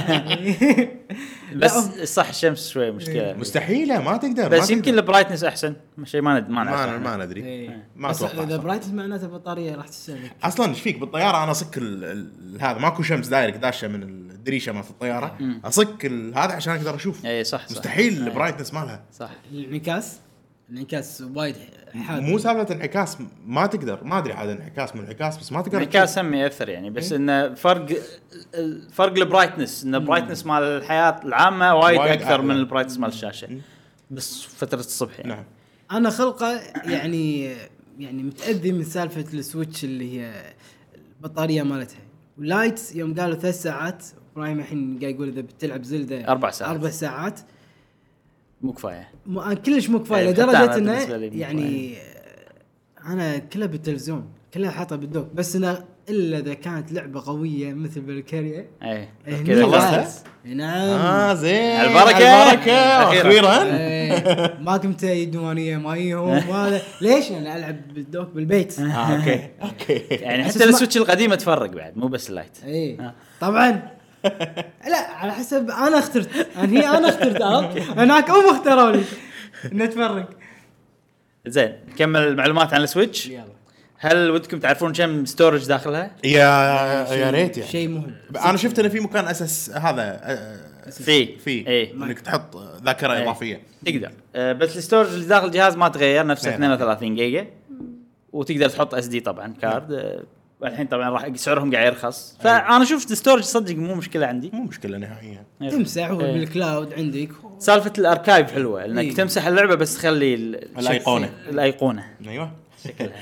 [SPEAKER 1] بس صح الشمس شوي مشكله
[SPEAKER 3] مستحيله ما تقدر
[SPEAKER 1] بس يمكن البرايتنس احسن شيء ما نعرف
[SPEAKER 3] ما ندري ما
[SPEAKER 2] بس
[SPEAKER 3] اتوقع
[SPEAKER 2] اذا برايتنس معناته البطاريه راح تستهلك
[SPEAKER 3] اصلا ايش فيك بالطياره انا اصك هذا ماكو شمس دايركت داشه من الدريشه مالت الطياره اصك هذا عشان اقدر اشوف
[SPEAKER 1] اي صح
[SPEAKER 3] مستحيل البرايتنس مالها
[SPEAKER 1] صح
[SPEAKER 2] الانعكاس وايد حاد
[SPEAKER 3] مو سالفه انعكاس ما تقدر ما ادري عاد انعكاس من انعكاس بس ما تقدر
[SPEAKER 1] انعكاس هم ياثر يعني بس انه فرق البرايتنس ان البرايتنس مال الحياه العامه وايد اكثر من البرايتنس مال الشاشه بس فتره الصبح يعني
[SPEAKER 3] نعم
[SPEAKER 2] انا خلقه يعني يعني متاذي من سالفه السويتش اللي هي البطاريه مالتها. ولايت يوم قالوا 3 ساعات، ابراهيم الحين قاعد يقول اذا بتلعب زلدة
[SPEAKER 1] 4 ساعات.
[SPEAKER 2] 4 ساعات
[SPEAKER 1] مو كفايه.
[SPEAKER 2] كلش مو كفايه،
[SPEAKER 1] حتى
[SPEAKER 2] لدرجه
[SPEAKER 1] أنا
[SPEAKER 2] انه
[SPEAKER 1] بالنسبة لي مو
[SPEAKER 2] يعني انا كلها بالتلفزيون، كلها حاطه بالدوك، بس انا الا اذا كانت لعبه قويه مثل بالكاريا.
[SPEAKER 1] اي
[SPEAKER 2] هني
[SPEAKER 1] كذا
[SPEAKER 2] لا.
[SPEAKER 1] خلصت.
[SPEAKER 2] نعم.
[SPEAKER 3] زين
[SPEAKER 1] البركة.
[SPEAKER 3] البركه اخيرا.
[SPEAKER 2] إيه، ما كنت ديوانيه ماي هو ما ليش انا العب بالدوك بالبيت.
[SPEAKER 3] اوكي
[SPEAKER 1] يعني
[SPEAKER 2] بس
[SPEAKER 1] حتى
[SPEAKER 2] اسمع-
[SPEAKER 1] السويتش القديمه تفرق بعد، مو بس اللايت.
[SPEAKER 2] اي طبعا. لا على حسب انا اخترت، انا اخترت هناك اختاروا لي نتفرق.
[SPEAKER 1] زين نكمل المعلومات عن السويتش.
[SPEAKER 2] يلا
[SPEAKER 1] هل ودكم تعرفون كم ستورج داخلها؟
[SPEAKER 3] يا ريت يعني.
[SPEAKER 2] شيء مهم.
[SPEAKER 3] انا شفت انه في مكان اساس هذا
[SPEAKER 1] في اي
[SPEAKER 3] انك تحط ذاكره
[SPEAKER 1] إيه.
[SPEAKER 3] اضافيه.
[SPEAKER 1] تقدر بس الستورج اللي داخل الجهاز ما تغير، نفسه
[SPEAKER 3] إيه.
[SPEAKER 1] 32 جيجا، وتقدر تحط اس دي طبعا كارد. الحين طبعا راح سعرهم قاعد يرخص، فانا شفت الستورج صدق مو مشكله عندي.
[SPEAKER 3] مو مشكله نهائيا.
[SPEAKER 2] تمسح
[SPEAKER 1] إيه.
[SPEAKER 2] بالكلاود عندك.
[SPEAKER 1] سالفه الاركايف حلوه، انك
[SPEAKER 2] إيه.
[SPEAKER 1] تمسح اللعبه بس تخلي الايقونه
[SPEAKER 3] ايوه
[SPEAKER 1] شكلها.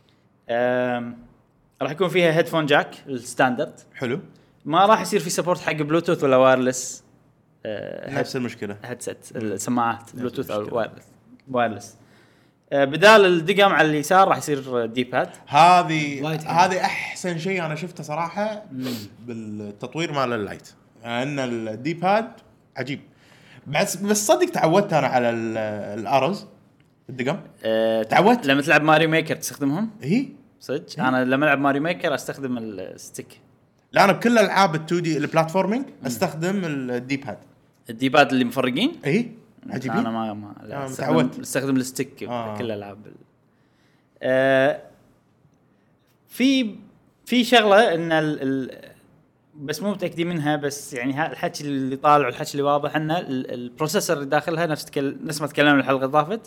[SPEAKER 1] راح يكون فيها هيدفون جاك الستاندرد،
[SPEAKER 3] حلو.
[SPEAKER 1] ما راح يصير في سبورت حق بلوتوث ولا وايرلس.
[SPEAKER 3] نفس المشكله.
[SPEAKER 1] هيدسيت السماعات بلوتوث او وايرلس. بدال الدقم على اليسار راح يصير دي باد.
[SPEAKER 3] هذه احسن شيء انا شفته صراحه بالتطوير مال اللايت، ان الدي باد عجيب. بس صدق تعودت انا على الارز الدقم. تعودت
[SPEAKER 1] لما تلعب ماريو ميكر تستخدمهم
[SPEAKER 3] هي
[SPEAKER 1] صدق. انا لما العب ماريو ميكر استخدم الستيك.
[SPEAKER 3] لا انا بكل العاب ال2 دي البلاتفورمينج استخدم الدي باد.
[SPEAKER 1] الدي باد اللي مفرقين
[SPEAKER 3] اي عجيبين.
[SPEAKER 1] انا ما لا
[SPEAKER 3] متعود
[SPEAKER 1] استخدم الستيك كل الالعاب. في شغله ان بس مو متاكدين منها، بس يعني الحكي اللي طالع والحكي اللي واضح ان البروسيسور اللي داخلها نفس ما تكلمنا الحلقه الضافت،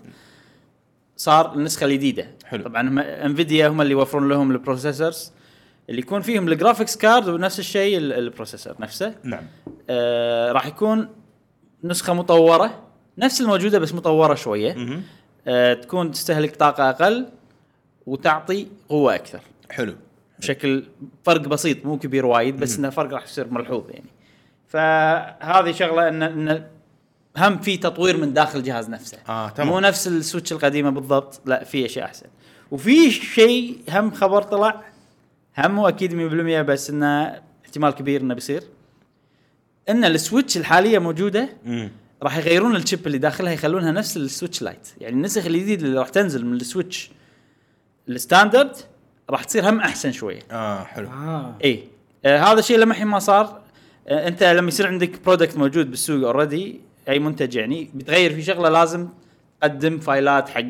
[SPEAKER 1] صار النسخه الجديده.
[SPEAKER 3] حلو.
[SPEAKER 1] طبعا انفيديا هم اللي يوفرون لهم البروسيسورز اللي يكون فيهم الجرافيكس كارد، ونفس الشيء البروسيسور نفسه.
[SPEAKER 3] نعم.
[SPEAKER 1] راح يكون نسخه مطوره نفس الموجوده بس مطوره شويه. تكون تستهلك طاقه اقل وتعطي قوه اكثر.
[SPEAKER 3] حلو.
[SPEAKER 1] بشكل فرق بسيط مو كبير وايد، بس انه فرق راح يصير ملحوظ يعني. فهذه شغله ان هم في تطوير من داخل الجهاز نفسه.
[SPEAKER 3] تمام.
[SPEAKER 1] مو نفس السويتش القديمه بالضبط، لا في اشياء احسن. وفي شيء هم خبر طلع هم مو اكيد 100% بس انه احتمال كبير انه بيصير، ان السويتش الحاليه موجوده راح يغيرون الشيب اللي داخلها يخلونها نفس السويتش لايت. يعني النسخ الجديده اللي راح تنزل من السويتش الستاندرد راح تصير هم احسن شويه.
[SPEAKER 3] حلو.
[SPEAKER 1] اي هذا الشيء لما الحين ما صار. انت لما يصير عندك برودكت موجود بالسوق اوريدي، اي منتج يعني بتغير في شغله لازم تقدم فايلات حق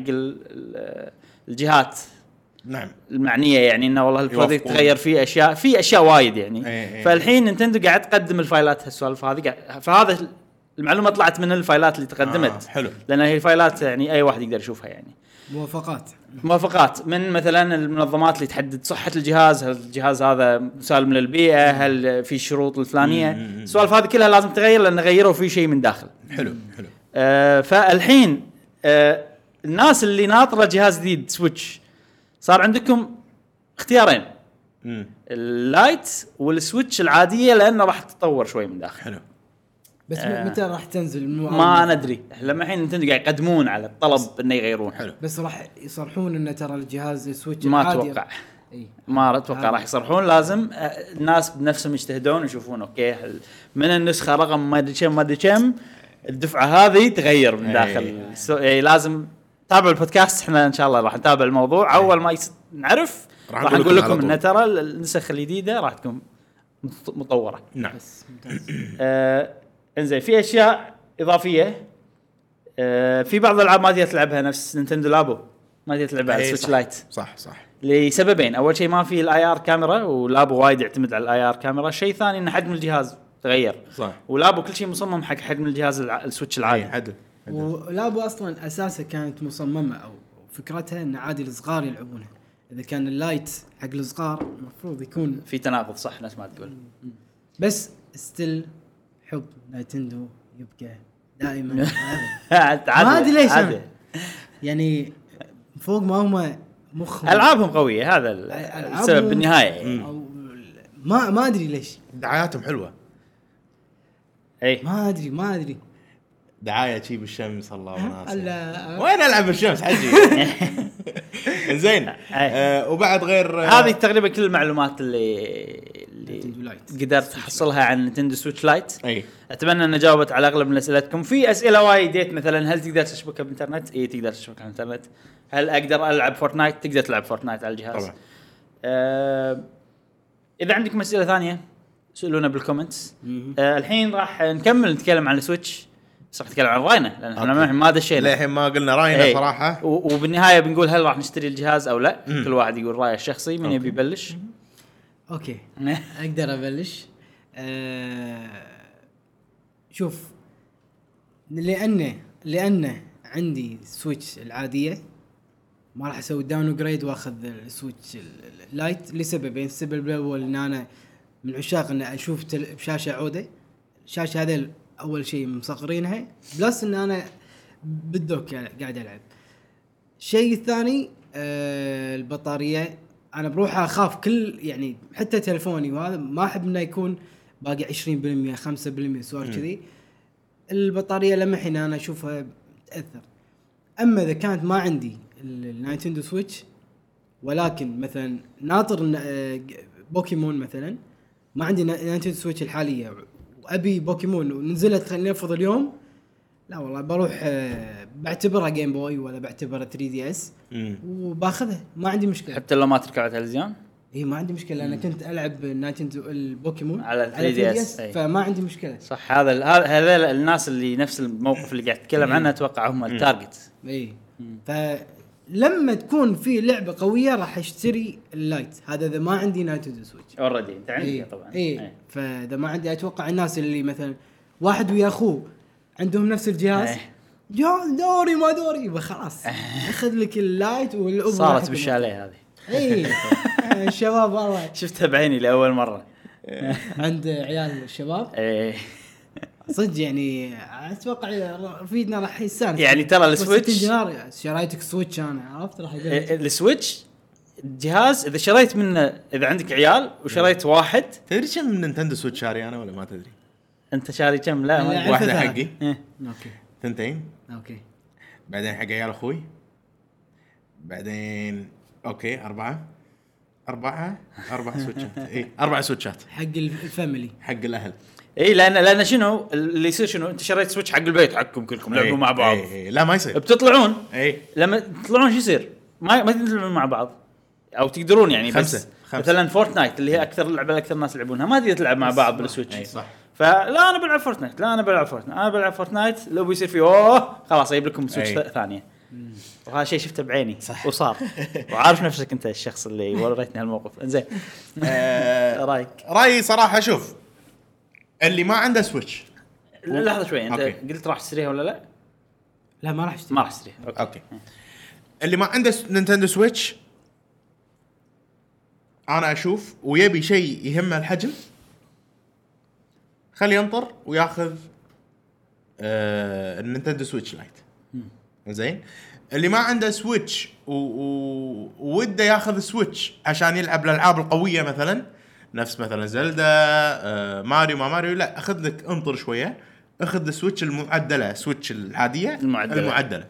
[SPEAKER 1] الجهات
[SPEAKER 3] نعم
[SPEAKER 1] المعنيه، يعني انه والله البرودكت تغير فيه اشياء، في اشياء وايد يعني. فالحين نينتندو قاعد تقدم الفايلات هالسوالف هذه، فهذا المعلومه طلعت من الفايلات اللي تقدمت.
[SPEAKER 3] حلو.
[SPEAKER 1] لان هي الفايلات يعني اي واحد يقدر يشوفها يعني. موافقات من مثلا المنظمات اللي تحدد صحه الجهاز، هل الجهاز هذا مسالم للبيئه، هل في شروط الفلانيه. السوالف هذه كلها لازم تغير لان غيروا في شيء من داخل.
[SPEAKER 3] حلو.
[SPEAKER 1] فالحين الناس اللي ناطره جهاز جديد سويتش صار عندكم اختيارين، اللايت والسويتش العاديه، لانه راح تتطور شوي من داخل.
[SPEAKER 3] حلو.
[SPEAKER 2] بس متى راح تنزل
[SPEAKER 1] ما ندري. لما الحين نتندو قاعد يقدمون على الطلب انه يغيرون.
[SPEAKER 3] حلو.
[SPEAKER 2] بس راح يصرحون ان ترى الجهاز السويتش
[SPEAKER 1] ما اتوقع. ما اتوقع راح يصرحون. لازم الناس بنفسهم يجتهدون ويشوفون اوكي من النسخه رقم ما ادري كم الدفعه هذه تغير من داخل. يعني لازم تابعوا البودكاست، احنا ان شاء الله راح نتابع الموضوع. اول ما نعرف راح نقول لكم ان ترى النسخ الجديده راح تكون مطوره.
[SPEAKER 3] نعم.
[SPEAKER 1] انزين في اشياء اضافيه. في بعض الالعاب ما تقدر تلعبها نفس نينتندو لابو، ما تقدر تلعبها على سويتش لايت.
[SPEAKER 3] صح
[SPEAKER 1] لسببين. اول شيء ما في الاي ار كاميرا، ولابو وايد يعتمد على الاي ار كاميرا. شيء ثاني ان حجم الجهاز تغير.
[SPEAKER 3] صح.
[SPEAKER 1] ولابو كل شيء مصمم حق حجم الجهاز السويتش العادي.
[SPEAKER 3] عدل.
[SPEAKER 2] ولابو اصلا اساسا كانت مصممه او فكرتها ان عادي الصغار يلعبونها. اذا كان اللايت حق الصغار المفروض يكون
[SPEAKER 1] في تناقض، صح ناس ما تقول.
[SPEAKER 2] بس ستيل حب نينتندو يبقى دائما. ما ادري ليش يعني فوق ما هم مخهم
[SPEAKER 1] العابهم قويه، هذا السبب بالنهايه يعني.
[SPEAKER 2] أو ما ادري ليش،
[SPEAKER 3] دعاياتهم حلوه.
[SPEAKER 1] اي
[SPEAKER 2] ما ادري
[SPEAKER 3] دعايه شي بالشمس الله وناسه.
[SPEAKER 2] لا
[SPEAKER 3] وين العب بالشمس حجي. زين. وبعد غير
[SPEAKER 1] هذه تقريبا كل المعلومات اللي
[SPEAKER 2] نينتندو لايت.
[SPEAKER 1] قدرت احصلها عن نينتندو سويتش لايت.
[SPEAKER 3] اي
[SPEAKER 1] اتمنى ان جاوبت على اغلب من اسئلتكم. في اسئله وايد مثلا هل تقدر تشبكها بالانترنت؟ اي تقدر تشبكها على الانترنت. هل اقدر العب فورتنايت؟ تقدر تلعب فورتنايت على الجهاز
[SPEAKER 3] طبعا.
[SPEAKER 1] اذا عندكم اسئله ثانيه سألونا بالكومنتس. الحين راح نكمل نتكلم عن السويتش، بس راح نتكلم عن راينا لان احنا ما دشينا
[SPEAKER 3] للحين ما قلنا راينا
[SPEAKER 1] إيه.
[SPEAKER 3] صراحه.
[SPEAKER 1] وبالنهايه بنقول هل راح نشتري الجهاز او لا. كل واحد يقول رايه الشخصي. من يبي يبلش؟
[SPEAKER 2] اوكي اقدر ابلش. شوف، لانه عندي سويتش العاديه ما راح اسوي داون جريد واخذ السويتش اللايت لسببين. السبب الاول ان انا من عشاق ان اشوف بشاشه عوده. الشاشه هذه اول شيء مصغرينها، بلس ان انا بالدوك قاعد العب. الشيء الثاني البطاريه. انا بروح اخاف كل يعني حتى تلفوني وهذا ما احب انه يكون باقي 20% 5% سوار كذي. البطاريه لمحين انا اشوفها تاثر. اما اذا كانت ما عندي النينتندو سويتش ولكن مثلا ناطر بوكيمون مثلا، ما عندي نينتندو سويتش الحاليه وابي بوكيمون ونزلت خلينا نفرض اليوم، لا والله بروح بعتبرها جيم بوي ولا بعتبرها 3DS وباخذها ما عندي مشكله.
[SPEAKER 1] حتى لو ما تركب على التلفزيون؟
[SPEAKER 2] اي ما عندي مشكله. انا كنت العب نينتندو البوكيمون
[SPEAKER 1] على 3DS
[SPEAKER 2] فما عندي مشكله.
[SPEAKER 1] صح. هذا الناس اللي نفس الموقف اللي قاعد تتكلم عنه اتوقع هم التارجت.
[SPEAKER 2] اي فلما تكون في لعبه قويه راح اشتري اللايت. هذا اذا ما عندي نينتندو سويتش
[SPEAKER 1] اوريدي انت عندك طبعا.
[SPEAKER 2] اي فاذا ما عندي اتوقع الناس اللي مثلا واحد ويا اخوه عندهم نفس الجهاز دوري ما دوري خلاص اخذ لك اللايت والابره.
[SPEAKER 1] صارت بالشاليه هذه.
[SPEAKER 2] اي الشباب والله
[SPEAKER 1] شفتها بعيني لاول مره
[SPEAKER 2] عند عيال الشباب.
[SPEAKER 1] ايه
[SPEAKER 2] صدق يعني اتوقع رفيدنا راح يستانس.
[SPEAKER 1] يعني ترى السويتش
[SPEAKER 2] شريتك سويتش انا عرفت راح يقول
[SPEAKER 1] السويتش الجهاز اذا شريت منه، اذا عندك عيال وشريت واحد.
[SPEAKER 3] تدري كم من نينتندو سويتش شاري انا ولا ما تدري؟
[SPEAKER 1] انت شاري كم؟ لا
[SPEAKER 3] واحده حقي.
[SPEAKER 2] اوكي
[SPEAKER 3] ثنتين.
[SPEAKER 2] اوكي
[SPEAKER 3] بعدين حق عيال اخوي. بعدين اوكي 4 سويتشات. اي 4 سويتشات
[SPEAKER 2] حق الفاميلي
[SPEAKER 3] حق الاهل.
[SPEAKER 1] اي لان شنو اللي يصير؟ شنو انت شريت سويتش حق البيت حقكم كلكم لعبوا مع بعض.
[SPEAKER 3] لا ما يصير.
[SPEAKER 1] بتطلعون
[SPEAKER 3] اي
[SPEAKER 1] لما تطلعون شو يصير؟ ما تنزلون مع بعض او تقدرون يعني
[SPEAKER 3] خمسة.
[SPEAKER 1] مثلا فورتنايت اللي هي اكثر لعبه اكثر ناس يلعبونها ما تقدر تلعب مع بعض بالسويتش.
[SPEAKER 3] صح.
[SPEAKER 1] فلا انا بلعب فورتنايت، انا بلعب فورتنايت لو بيصير في خلاص اجيب لكم سويتش ثانيه. وهذا شيء شفته بعيني صح. وصار وعارف نفسك انت الشخص اللي وريتني هالموقف. انزين رايك؟
[SPEAKER 3] رايي صراحه شوف، اللي ما عنده سويتش.
[SPEAKER 1] لحظه شوي، انت
[SPEAKER 3] أوكي.
[SPEAKER 1] قلت راح تشتريها ولا لا؟
[SPEAKER 2] لا ما راح
[SPEAKER 1] اشتريها.
[SPEAKER 3] اوكي. اللي ما عنده نينتندو سويتش انا اشوف ويبي شيء يهمه الحجم، خلي ينطر وياخذ النينتندو سويتش لايت. زين. اللي ما عنده سويتش ووده ياخذ سويتش عشان يلعب الالعاب القويه مثلا نفس مثلا زلدا ماريو ما ماريو، لا اخذ لك انطر شويه، اخذ السويتش المعدله، سويتش العاديه المعدله.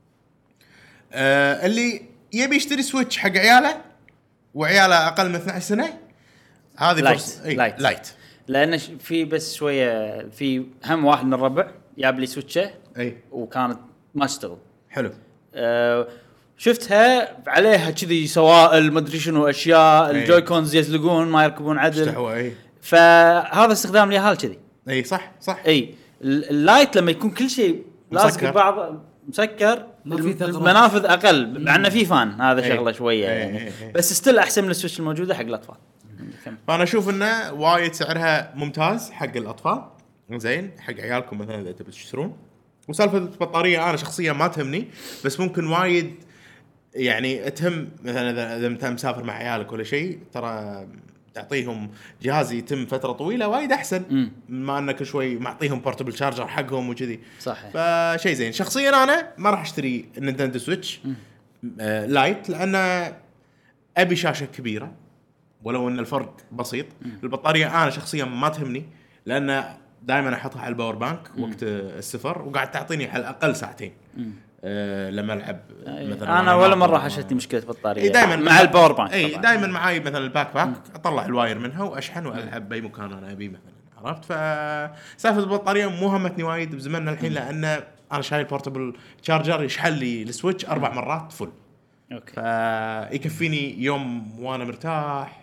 [SPEAKER 3] اللي يبي يشتري سويتش حق عياله وعياله اقل من 12 سنه، هذه فرصه لايت.
[SPEAKER 1] لان في بس شويه في هم واحد من الربع جاب لي سويتشه وكانت ما تشتغل حلو. شفتها عليها كذي سوائل ما ادري شنو اشياء. الجوي كونز يزلقون ما يركبون عدل. فهذا استخدام اليهال كذي.
[SPEAKER 3] اي صح.
[SPEAKER 1] اي اللايت لما يكون كل شيء لازق ببعض مسكر، المنافذ اقل مع انه في فان، هذا شغله شويه يعني. بس ستيل احسن من السويتش الموجوده حق الاطفال.
[SPEAKER 3] فانا اشوف انه وايد سعرها ممتاز حق الاطفال. زين حق عيالكم مثلا اذا تبي تشترون. وسالفه البطاريه انا شخصيا ما تهمني، بس ممكن وايد يعني تهم مثلا اذا انت مسافر مع عيالك ولا شيء، ترى تعطيهم جهاز يتم فتره طويله وايد احسن ما انك شوي معطيهم بورتبل شارجر حقهم وكذي.
[SPEAKER 1] صح.
[SPEAKER 3] فشيء زين. شخصيا انا ما راح اشتري النينتندو سويتش لايت لان ابي شاشه كبيره ولو ان الفرق بسيط. البطاريه انا شخصيا ما تهمني لان دائما احطها على الباور بانك وقت السفر وقاعد تعطيني على الاقل ساعتين لما العب مثلا.
[SPEAKER 1] انا ولا مره حشتني مشكله بطاريه
[SPEAKER 3] دائما
[SPEAKER 1] مع الباور بانك.
[SPEAKER 3] اي دائما معاي مثلا الباك باك اطلع الواير منها واشحن والعب باي مكان انا ابي مثلا. عرفت؟ فسالفه البطاريه مو همتني وايد بزماننا الحين لان انا شايل بورتبل تشارجر يشحن لي السويتش 4 مرات فل.
[SPEAKER 1] اوكي.
[SPEAKER 3] فيكفيني يوم وانا مرتاح.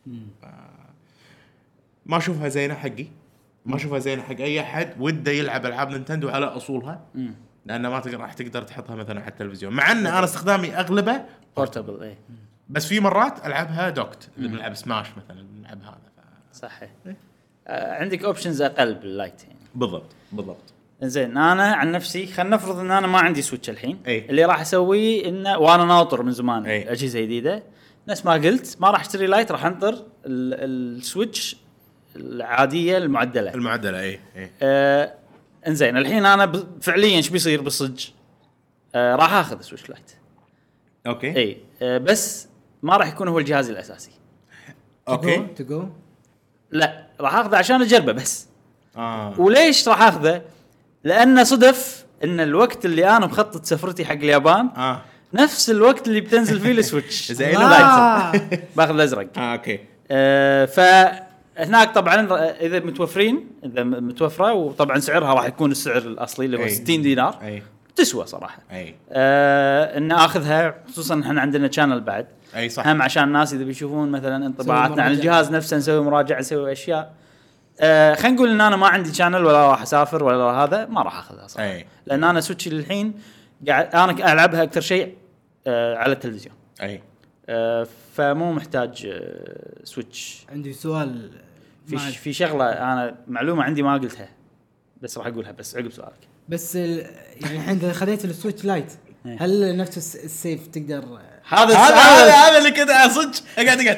[SPEAKER 3] ما اشوفها زينه حقي. ما اشوفها زينه حق اي احد وده يلعب العاب نينتندو على اصولها. لان ما راح تقدر تحطها مثلا على التلفزيون مع ان انا استخدامي اغلبه
[SPEAKER 1] بورتبل. اي
[SPEAKER 3] بس في مرات العبها دوكت اذا بنلعب سماش مثلا نلعب هذا
[SPEAKER 1] صحيح. عندك اوبشنز اقل باللايت يعني.
[SPEAKER 3] بالضبط.
[SPEAKER 1] زين انا عن نفسي خلينا نفرض ان انا ما عندي سويتش الحين.
[SPEAKER 3] أي.
[SPEAKER 1] اللي راح اسويه انه وانا ناطر من زمان
[SPEAKER 3] أي.
[SPEAKER 1] اجهزه جديده نفس ما قلت ما راح اشتري لايت راح انطر السويتش العاديه المعدله.
[SPEAKER 3] اي
[SPEAKER 1] انزين الحين انا فعليا ايش بيصير بالصج راح اخذ سويتش لايت.
[SPEAKER 3] اوكي.
[SPEAKER 1] اي بس ما راح يكون هو الجهاز الاساسي.
[SPEAKER 3] اوكي
[SPEAKER 2] تقو
[SPEAKER 1] لا راح اخذه عشان اجربه بس. وليش راح اخذه؟ لان صدف ان الوقت اللي انا مخطط سفرتي حق اليابان نفس الوقت اللي بتنزل فيه السويتش.
[SPEAKER 3] زين
[SPEAKER 1] باخذ الازرق.
[SPEAKER 3] اوكي.
[SPEAKER 1] فهناك طبعا اذا متوفره وطبعا سعرها راح يكون السعر الاصلي اللي هو 60 دينار. تسوى صراحه. ان اخذها خصوصا احنا عندنا شانل بعد.
[SPEAKER 3] اي صح.
[SPEAKER 1] هم عشان الناس اذا بيشوفون مثلا انطباعاتنا عن الجهاز نفسه نسوي مراجعه نسوي اشياء. خلينا نقول ان انا ما عندي شانل ولا راح اسافر ولا هذا ما راح اخذها صراحه. لان انا سويتشي للحين قاعد انا العبها اكثر شيء على التلفزيون. فمو محتاج سويتش.
[SPEAKER 2] عندي سؤال
[SPEAKER 1] في شغله انا معلومه عندي ما قلتها بس راح اقولها بس عقب سؤالك.
[SPEAKER 2] بس يعني الحين اذا خذيت السويتش لايت هل نفس السيف تقدر
[SPEAKER 3] هذا اللي كذا صدق اقعد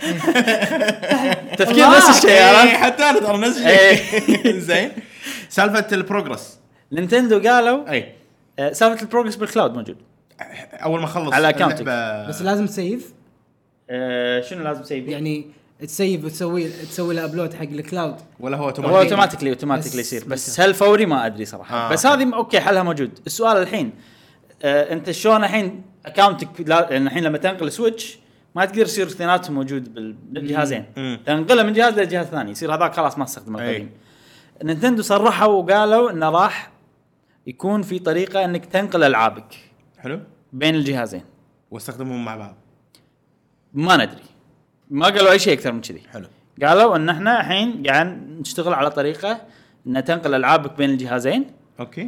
[SPEAKER 1] تفكير نفس الشيء.
[SPEAKER 3] حتى انا ترى نفس الشيء. زين سالفه البروجرس
[SPEAKER 1] نينتندو قالوا سالفه البروجرس بالكلاود موجود
[SPEAKER 3] اول ما اخلص
[SPEAKER 1] على اكونتك
[SPEAKER 2] بس لازم تسيف.
[SPEAKER 1] شنو لازم تسيف
[SPEAKER 2] يعني تسيف وتسوي له ابلود حق الكلاود
[SPEAKER 3] ولا هو
[SPEAKER 1] اوتوماتيكلي يصير بس هل فوري ما ادري صراحه. بس هذه اوكي حلها موجود. السؤال الحين انت شلون الحين اكونتك لان الحين لما تنقل سويتش ما تقدر يصير اثنيناتهم موجود بالجهازين تنقله من جهاز لجهاز ثاني يصير هذاك خلاص ما تستخدم القديم. نينتندو صرحوا وقالوا انه راح يكون في طريقه انك تنقل العابك
[SPEAKER 3] حلو
[SPEAKER 1] بين الجهازين
[SPEAKER 3] واستخدمهم مع بعض.
[SPEAKER 1] ما ندري ما قالوا اي شيء اكثر من كذي.
[SPEAKER 3] حلو.
[SPEAKER 1] قالوا ان احنا الحين قاعد نشتغل على طريقه ان تنقل العابك بين الجهازين.
[SPEAKER 3] اوكي.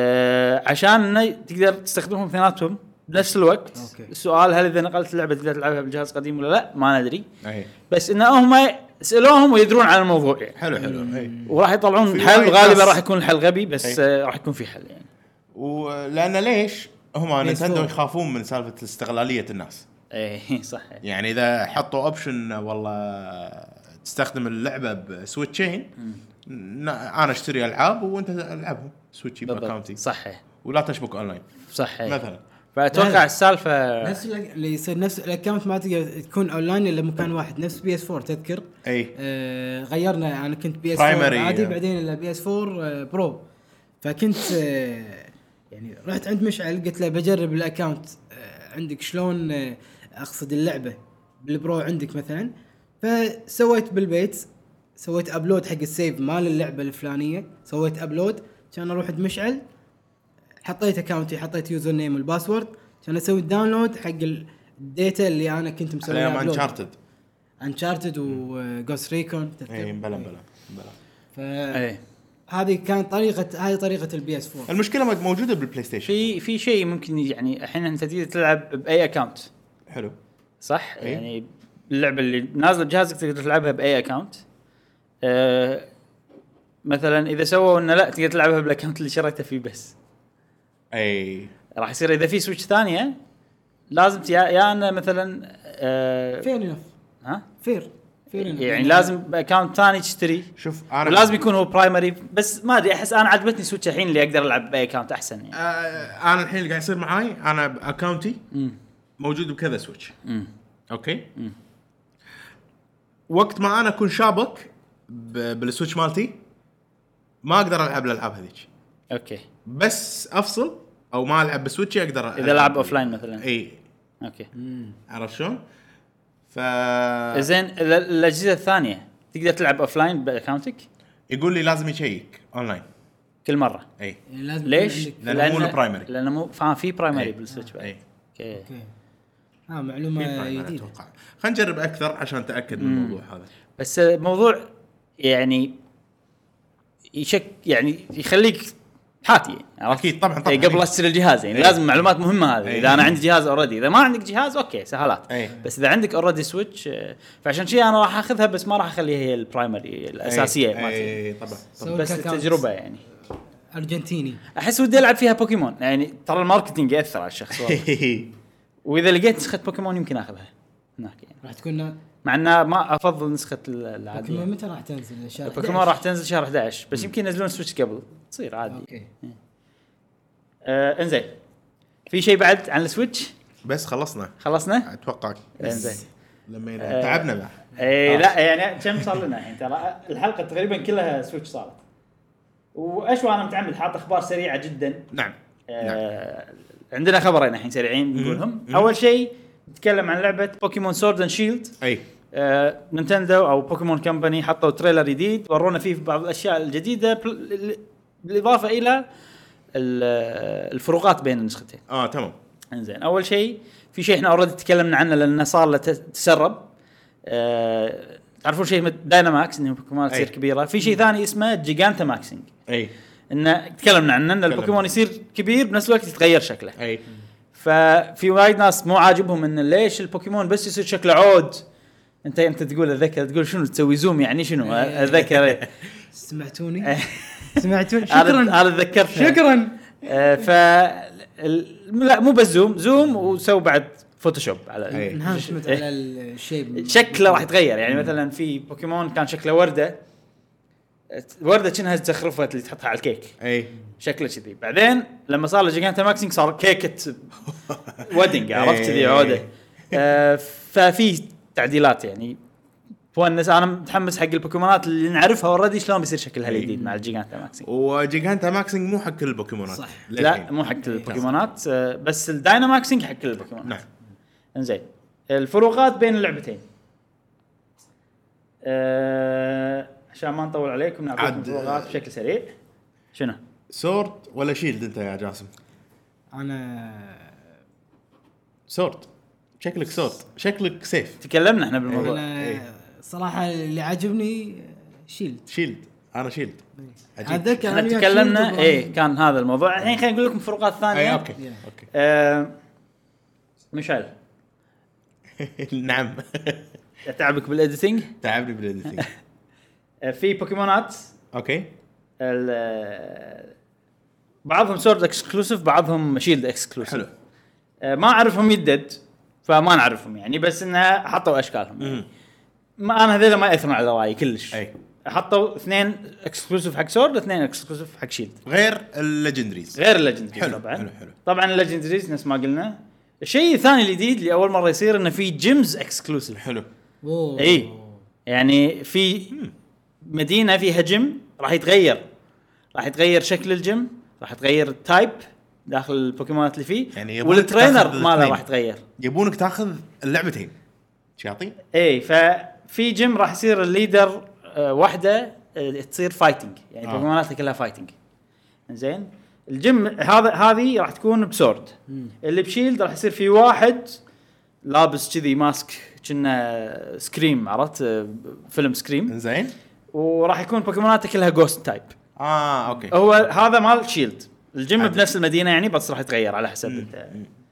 [SPEAKER 1] عشان تقدر تستخدمهم اثنيناتهم بنفس الوقت.
[SPEAKER 2] أوكي.
[SPEAKER 1] السؤال هل اذا نقلت اللعبه تقدر تلعبها بالجهاز القديم ولا لا ما ندري. بس ان هم سالوهم ويدرون على الموضوع يعني.
[SPEAKER 3] حلو.
[SPEAKER 1] وراح يطلعون حل غالبا راح يكون الحل غبي بس راح يكون في حل يعني.
[SPEAKER 3] ولان ليش هم نينتندو يخافون من سالفه استغلاليه الناس.
[SPEAKER 1] اي صح.
[SPEAKER 3] يعني اذا حطوا اوبشن والله تستخدم اللعبه بسويتشين انا اشتري العاب وانت العبهم سويتشي باكونتي.
[SPEAKER 1] صحيح.
[SPEAKER 3] ولا تشبك اونلاين
[SPEAKER 1] صحيح
[SPEAKER 3] مثلا.
[SPEAKER 1] فاتوقع السالفه
[SPEAKER 2] نفس اللي يصير نفس الاكونت ما تقدر تكون اونلاين الا مكان واحد نفس بي اس 4 تذكر. غيرنا انا كنت بي اس 4 عادي بعدين الى بي اس 4 برو فكنت يعني رحت عند مشعل قلت له بجرب الاكونت عندك شلون اقصد اللعبه بالبرو عندك مثلا. فسويت بالبيت سويت ابلود حق السيف مال اللعبه الفلانيه سويت ابلود كان اروح عند مشعل حطيت اكاونتي حطيت يوزر نيم والباسورد عشان اسوي الداونلود حق الداتا اللي انا كنت مسويها
[SPEAKER 3] ابلود
[SPEAKER 2] انشارتد وغوست ريكون.
[SPEAKER 3] اي بلا
[SPEAKER 2] هذه كانت طريقه البي اس 4.
[SPEAKER 3] المشكله موجوده بالبلاي ستيشن.
[SPEAKER 1] في شيء ممكن يعني الحين انت تقدر تلعب باي اكاونت.
[SPEAKER 3] حلو
[SPEAKER 1] صح. يعني اللعبه اللي نازله بجهازك تقدر تلعبها باي اكاونت. مثلا اذا سووا انه لا تقدر تلعبها بالاكاونت اللي شريته فيه بس راح يصير اذا في سويتش ثانيه لازم يا انا مثلا
[SPEAKER 2] فير انف
[SPEAKER 1] ها
[SPEAKER 2] فير
[SPEAKER 1] يعني لازم اكونت ثاني تشتري.
[SPEAKER 3] شوف انا
[SPEAKER 1] ولازم يكون هو برايمري. بس ما ادري احس انا عجبتني سويتش الحين اللي اقدر العب باي اكونت احسن يعني.
[SPEAKER 3] انا الحين اللي قاعد يصير معاي انا اكونتي موجود بكذا سويتش. اوكي. وقت ما انا اكون شابك بالسويتش مالتي ما اقدر العب الالعاب هذيك.
[SPEAKER 1] اوكي.
[SPEAKER 3] بس افصل او ما العب بسويتشي اقدر
[SPEAKER 1] اذا لعب اوفلاين مثلا.
[SPEAKER 3] اي.
[SPEAKER 1] اوكي.
[SPEAKER 3] عرفت شلون؟
[SPEAKER 1] زين الاجهزه الثانيه تقدر تلعب اوفلاين باكونتك؟
[SPEAKER 3] يقول لي لازم يشيك اونلاين
[SPEAKER 1] كل مره.
[SPEAKER 3] اي.
[SPEAKER 2] يعني لازم
[SPEAKER 1] ليش؟
[SPEAKER 3] لانه مو برايمري.
[SPEAKER 1] لانه مو في برايمري بالسويتش بعد.
[SPEAKER 3] اي.
[SPEAKER 1] اوكي.
[SPEAKER 2] معلومه جديده.
[SPEAKER 3] اتوقع خلينا نجرب اكثر عشان اتاكد من الموضوع هذا.
[SPEAKER 1] بس موضوع يعني يعني يخليك حاتي يعني.
[SPEAKER 3] اكيد طبعا
[SPEAKER 1] قبل اشتري الجهاز يعني لازم معلومات مهمه هذه. اذا انا عندي جهاز اوريدي، اذا ما عندك جهاز اوكي سهلات. بس اذا عندك اوريدي سويتش فعشان شيء انا راح اخذها بس ما راح اخليها هي البرايمري الاساسيه
[SPEAKER 3] مالتي. طبعا
[SPEAKER 1] بس التجربه يعني.
[SPEAKER 2] ارجنتيني
[SPEAKER 1] احس ودي العب فيها بوكيمون يعني. ترى الماركتينج ياثر على الشخص والله. واذا لقيت نسخه بوكيمون يمكن اخذها هناك يعني.
[SPEAKER 2] راح تكون
[SPEAKER 1] مع انه ما افضل نسخه العاديه.
[SPEAKER 2] بوكيمون متى راح تنزل؟ شهر
[SPEAKER 1] بوكيمون راح تنزل شهر 11 بس يمكن ينزلون سويتش قبل تصير عادي.
[SPEAKER 2] اوكي.
[SPEAKER 1] انزين في شيء بعد عن السويتش؟
[SPEAKER 3] بس
[SPEAKER 1] خلصنا
[SPEAKER 3] اتوقع.
[SPEAKER 1] انزين
[SPEAKER 3] لما تعبنا بقى.
[SPEAKER 1] اي لا يعني كم صار لنا الحين؟ ترى الحلقه تقريبا كلها سويتش صارت. واشوى انا متعمد حاط اخبار سريعه جدا.
[SPEAKER 3] نعم.
[SPEAKER 1] عندنا خبرين الحين سريعين نقولهم. اول شيء نتكلم عن لعبه بوكيمون سورد اند شيلد.
[SPEAKER 3] اي.
[SPEAKER 1] نينتندو او بوكيمون كمباني حطوا تريلر جديد ورونا فيه بعض الاشياء الجديده بالاضافه الى الفروقات بين النسختين.
[SPEAKER 3] تمام.
[SPEAKER 1] انزين اول شيء في شيء احنا اوريدي تكلمنا عنه لانه صار له تسرب. تعرفون شيء دايناماكس انه بوكيمون تصير كبيره. في شيء ثاني اسمه جيجانتا ماكسينج.
[SPEAKER 3] اي.
[SPEAKER 1] انه تكلمنا عنه ان البوكيمون يصير كبير بنفس الوقت يتغير شكله.
[SPEAKER 3] اي.
[SPEAKER 1] ففي وايد ناس مو عاجبهم ان ليش البوكيمون بس يصير شكله عود. انت تقول اتذكر تقول شنو تسوي زوم يعني شنو اتذكر.
[SPEAKER 2] سمعتوني شكرا.
[SPEAKER 1] انا تذكرت
[SPEAKER 2] شكرا.
[SPEAKER 1] لا مو بس زوم وسووا بعد فوتوشوب على
[SPEAKER 2] انهانشمنت على الشيء
[SPEAKER 1] شكله راح يتغير يعني. مثلا في بوكيمون كان شكله ورده كأنها زخرفه اللي تحطها على الكيك.
[SPEAKER 3] اي.
[SPEAKER 1] شكله كذي. بعدين لما صار له جيجانتا ماكسينج صار كيكه ودنج عرفت كذي عوده. ففي تعديلات يعني. فونس انا متحمس حق البوكيمونات اللي نعرفها اوريدي شلون بيصير شكلها الجديد مع الجيجانتا ماكسينج.
[SPEAKER 3] وجيجانتا ماكسينج مو حق كل البوكيمونات.
[SPEAKER 2] صح.
[SPEAKER 1] لا مو حق كل البوكيمونات بس الدايناماكسينج حق كل البوكيمونات.
[SPEAKER 3] نعم.
[SPEAKER 1] انزين الفروقات بين اللعبتين عشان ما نطول عليكم نعطيكم الفروقات بشكل سريع. شنو
[SPEAKER 3] سورد ولا شيلد انت يا جاسم؟
[SPEAKER 2] انا
[SPEAKER 3] سورد. شكلك سورد شكلك سيف.
[SPEAKER 1] تكلمنا احنا بالموضوع.
[SPEAKER 2] انا صراحه اللي عجبني شيلد.
[SPEAKER 3] انا شيلد.
[SPEAKER 2] اتذكر
[SPEAKER 1] احنا تكلمنا كان هذا الموضوع. الحين خلينا نقول لكم فروقات ثانيه.
[SPEAKER 3] اوكي.
[SPEAKER 1] مشعل.
[SPEAKER 3] نعم.
[SPEAKER 1] تعبك بالاديتنج؟
[SPEAKER 3] تعبني بالاديتنج.
[SPEAKER 1] في بوكيمونات
[SPEAKER 3] اوكي
[SPEAKER 1] بعضهم سورد اكسكلوسيف بعضهم شيلد اكسكلوسيف.
[SPEAKER 3] حلو.
[SPEAKER 1] ما اعرفهم يدد فما نعرفهم يعني. بس انها حطوا اشكالهم يعني. ما انا هذول ما ياثرون على رايي كلش. حطوا 2 اكسكلوسيف حق سورد 2 اكسكلوسيف حق شيلد
[SPEAKER 3] غير الليجندريز.
[SPEAKER 1] طبعا.
[SPEAKER 3] حلو.
[SPEAKER 1] طبعا الليجندريز نفس ما قلنا. الشيء الثاني الجديد اللي اول مره يصير انه في جيمز اكسكلوسيف.
[SPEAKER 3] حلو.
[SPEAKER 1] اي يعني في مدينه فيها جيم راح يتغير شكل الجيم راح يتغير التايب داخل البوكيمونات اللي فيه
[SPEAKER 3] يعني
[SPEAKER 1] والترينر ماله راح يتغير.
[SPEAKER 3] يبونك تاخذ اللعبتين شاطين.
[SPEAKER 1] اي ففي جيم راح يصير الليدر واحده تصير فايتنج يعني بوكيمونات كلها فايتنج. زين الجيم هذه راح تكون بسورد. اللي بشيلد راح يصير في واحد لابس كذي ماسك كنا سكريم عرفت فيلم سكريم.
[SPEAKER 3] زين
[SPEAKER 1] وراح يكون بوكيموناته كلها جوست تايب.
[SPEAKER 3] اوكي.
[SPEAKER 1] هو هذا مال شيلد. الجيم عادي. بنفس المدينه يعني بس راح يتغير على حسب انت.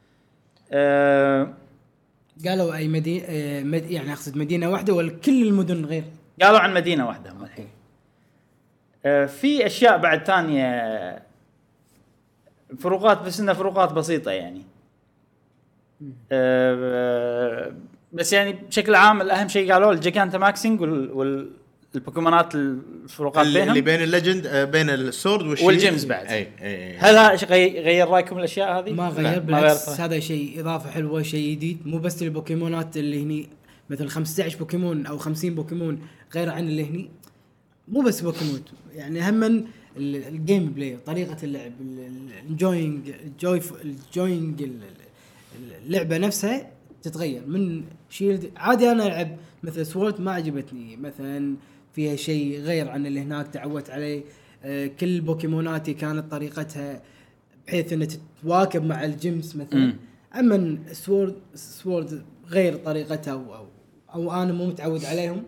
[SPEAKER 2] قالوا اي مدينه يعني اقصد مدينه واحده ولا كل المدن غير؟
[SPEAKER 1] قالوا عن مدينه واحده هم الحين. في اشياء بعد ثانيه فروقات بس انها فروقات بسيطه يعني. بس يعني بشكل عام الاهم شيء قالوا الجيكانتا ماكسينج والبوكيمونات الفروقات بينهم
[SPEAKER 3] اللي بين الليجند بين السورد والشيلد
[SPEAKER 1] والجيمز بعد.
[SPEAKER 3] اي
[SPEAKER 1] هل هذا غير رايكم الاشياء هذه؟
[SPEAKER 2] ما غير بالعكس، هذا شيء اضافه حلوه، شيء جديد. مو بس البوكيمونات اللي هني مثل 15 بوكيمون او 50 بوكيمون غير عن اللي هني، مو بس بوكيمون يعني هم الجيم بلاي، طريقه اللعب، الانجوينج اللعبه نفسها تتغير. من شيلد عادي انا العب مثل سوورد ما عجبتني مثلا، فيها شيء غير عن اللي هناك تعودت عليه. كل بوكيموناتي كانت طريقتها بحيث انها تتواكب مع الجيمس مثلا. اما سوورد غير طريقتها او انا مو متعود عليهم.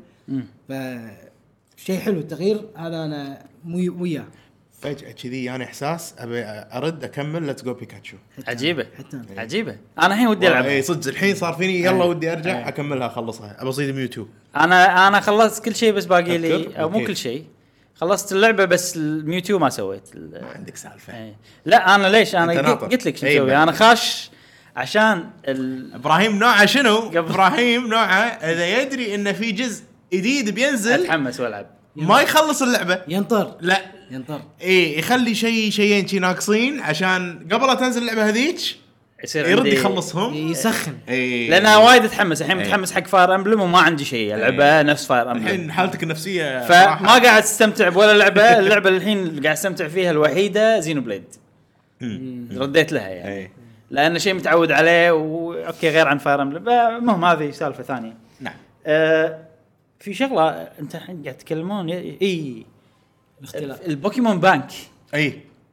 [SPEAKER 2] فشيء حلو التغيير هذا، انا وياه.
[SPEAKER 3] فجأة كذي يعني احساس ابي ارد اكمل ليتس جو بيكاتشو.
[SPEAKER 1] عجيبه
[SPEAKER 2] حتى
[SPEAKER 1] عجيبه. انا الحين ودي العب.
[SPEAKER 3] اي صدق الحين صار فيني يلا ودي ارجع اكملها اخلصها. ابى اصيد ميوتو.
[SPEAKER 1] انا خلصت كل شيء بس باقي لي او مو
[SPEAKER 3] أوكي.
[SPEAKER 1] كل شيء. خلصت اللعبه بس الميوتو ما سويت.
[SPEAKER 3] ما عندك سالفه.
[SPEAKER 1] لا انا ليش انا
[SPEAKER 3] أنت ناطر.
[SPEAKER 1] قلت لك شو
[SPEAKER 3] أي
[SPEAKER 1] مسوي. انا خاش عشان
[SPEAKER 3] ابراهيم نوعه شنو؟ ابراهيم نوعه اذا يدري انه في جزء جديد بينزل
[SPEAKER 1] اتحمس والعب.
[SPEAKER 3] ما يخلص اللعبه.
[SPEAKER 2] ينطر
[SPEAKER 3] لا ايه يخلي شيئين شي ناقصين عشان قبل لا تنزل اللعبه هذيك يرد يخلصهم
[SPEAKER 2] يسخن.
[SPEAKER 3] ايه
[SPEAKER 1] لان أنا وايد اتحمس الحين. متحمس حق فاير امبلم وما عندي شيء العبها نفس فاير امبلم.
[SPEAKER 3] الحين حالتك النفسيه
[SPEAKER 1] فما قاعد استمتع بولا لعبه. اللعبه الحين قاعد استمتع فيها الوحيده زينو بليد. رديت لها يعني لان شيء متعود عليه اوكي غير عن فاير امبلم. المهم هذه سالفه ثانيه.
[SPEAKER 3] نعم.
[SPEAKER 1] في شغله انت الحين قاعد تتكلمون
[SPEAKER 2] الاختلاف
[SPEAKER 1] البوكيمون بانك.
[SPEAKER 3] اي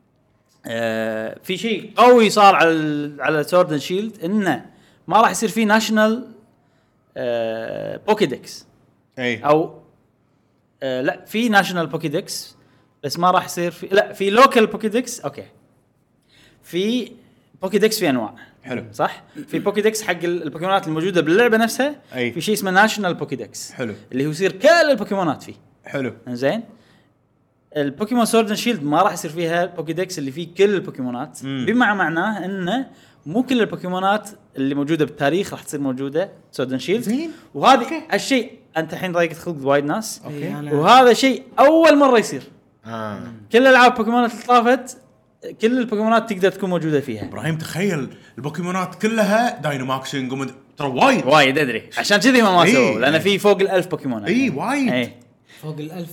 [SPEAKER 1] في شيء قوي صار على سورد اند شيلد انه ما راح يصير فيه ناشونال بوكيدكس.
[SPEAKER 3] اي
[SPEAKER 1] او لا في ناشونال بوكيدكس بس ما راح يصير في لا في لوكال بوكيدكس. اوكي في بوكيدكس في انواع
[SPEAKER 3] حلو
[SPEAKER 1] صح. في بوكيدكس حق البوكيمونات الموجوده باللعبه نفسها.
[SPEAKER 3] أي.
[SPEAKER 1] في شيء اسمه ناشونال بوكيدكس
[SPEAKER 3] حلو
[SPEAKER 1] اللي هو يصير كل البوكيمونات فيه.
[SPEAKER 3] حلو
[SPEAKER 1] زين. البوكيمون سورد اند شيلد ما راح يصير فيها بوكيدكس اللي فيه كل البوكيمونات. بما معناه انه مو كل البوكيمونات اللي موجوده بالتاريخ راح تصير موجوده سورد اند شيلد.
[SPEAKER 3] زين.
[SPEAKER 1] وهذا الشيء انت الحين ضايقت خلق وايد ناس.
[SPEAKER 3] اوكي.
[SPEAKER 1] وهذا شيء اول مره يصير.
[SPEAKER 3] آه.
[SPEAKER 1] كل العاب بوكيمونات اللي طافت كل البوكيمونات تقدر تكون موجوده فيها.
[SPEAKER 3] ابراهيم تخيل البوكيمونات كلها دايناماكسينج ترى وايد
[SPEAKER 1] ادري عشان كذي ما
[SPEAKER 3] إيه.
[SPEAKER 1] سووا لان في فوق ال1000 بوكيمون.
[SPEAKER 3] اي وايد.
[SPEAKER 1] اي
[SPEAKER 2] فوق 1000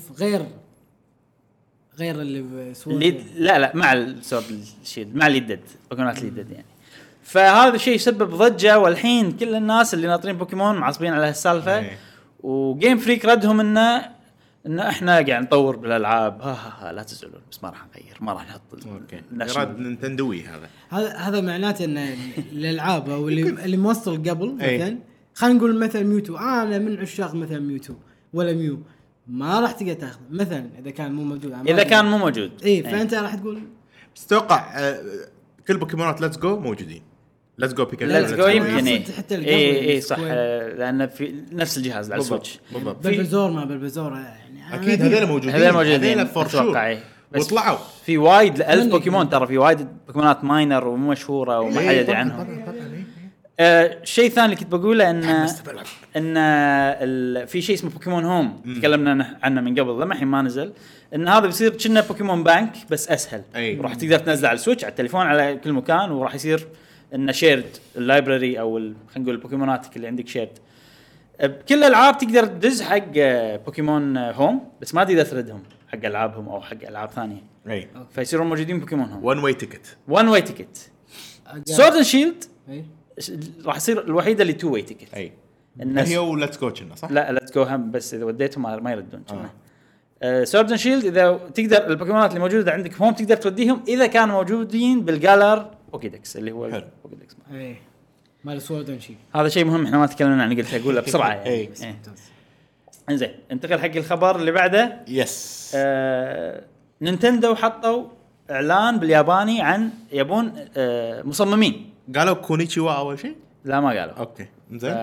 [SPEAKER 2] غير اللي بسوورد.
[SPEAKER 1] لا مع السورد الشيلد مع الليدد بوكيمونات الليدد يعني. فهذا الشيء سبب ضجه والحين كل الناس اللي ناطرين بوكيمون معصبين على هالسالفه.
[SPEAKER 3] إيه.
[SPEAKER 1] وجيم فريك ردهم انه احنا قاعد نطور بالالعاب. لا تزعلون بس ما راح نغير ما راح نحط.
[SPEAKER 3] اوكي ايراد نينتندوي
[SPEAKER 2] هذا معناته ان الالعاب او اللي موصل قبل
[SPEAKER 3] أي.
[SPEAKER 2] مثلا خلينا نقول مثلا ميوتو. انا من عشاق مثلا ميوتو ولا ميو ما راح تقدر تاخذ مثلا اذا كان مو موجود.
[SPEAKER 1] اذا كان مو موجود
[SPEAKER 2] اي فانت راح تقول
[SPEAKER 3] بس توقع كل بوكيمونات ليتس جو موجودين. ليتس جو بيكاتشو
[SPEAKER 1] ليتس جو يمكن
[SPEAKER 2] حتى
[SPEAKER 1] اي صح. لان في نفس الجهاز على السويتش.
[SPEAKER 3] بالضبط.
[SPEAKER 2] بلبزور ما بلبزور يعني
[SPEAKER 3] اكيد هذول موجودين
[SPEAKER 1] هذول
[SPEAKER 3] فور شور وطلعوا
[SPEAKER 1] في وايد 1000 بوكيمون. ترى في وايد بوكيمونات ماينر ومو مشهوره وما حد يدري عنهم. الشيء الثاني اللي كنت بقوله ان في شيء اسمه بوكيمون هوم تكلمنا عنه من قبل لما الحين ما نزل. ان هذا بيصير كنا بوكيمون بانك بس اسهل. راح تقدر تنزله على السويتش على التليفون على كل مكان وراح يصير انه شيرد اللايبراري او خلينا نقول البوكيمونات اللي عندك شيرد بكل الالعاب. تقدر تدز حق بوكيمون هوم بس ما تقدر تردهم حق العابهم او حق العاب ثانيه.
[SPEAKER 3] اي
[SPEAKER 1] فيصيرون موجودين بوكيمون هوم
[SPEAKER 3] وان واي تيكت.
[SPEAKER 1] وان واي تيكت. سورد اند شيلد
[SPEAKER 2] اي
[SPEAKER 1] راح يصير الوحيده اللي تو واي تيكت.
[SPEAKER 3] اي
[SPEAKER 1] الناس
[SPEAKER 3] هي وليتس جو كنا صح.
[SPEAKER 1] لا ليتس جو هم بس اذا وديتهم ما يردون كنا. سورد اند شيلد اذا تقدر البوكيمونات اللي موجوده عندك هوم تقدر توديهم اذا كانوا موجودين بالجالر بوكيدكس اللي هو البوكيدكس.
[SPEAKER 2] اي مال سوورد شيء.
[SPEAKER 1] هذا شيء مهم احنا ما تكلمنا عنه قلت اقوله بسرعه يعني. انزين انتقل حق الخبر اللي بعده.
[SPEAKER 3] يس.
[SPEAKER 1] نينتندو حطوا اعلان بالياباني عن يبون مصممين.
[SPEAKER 3] قالوا كونيتشيوا اول شيء.
[SPEAKER 1] لا ما قالوا.
[SPEAKER 3] اوكي زين.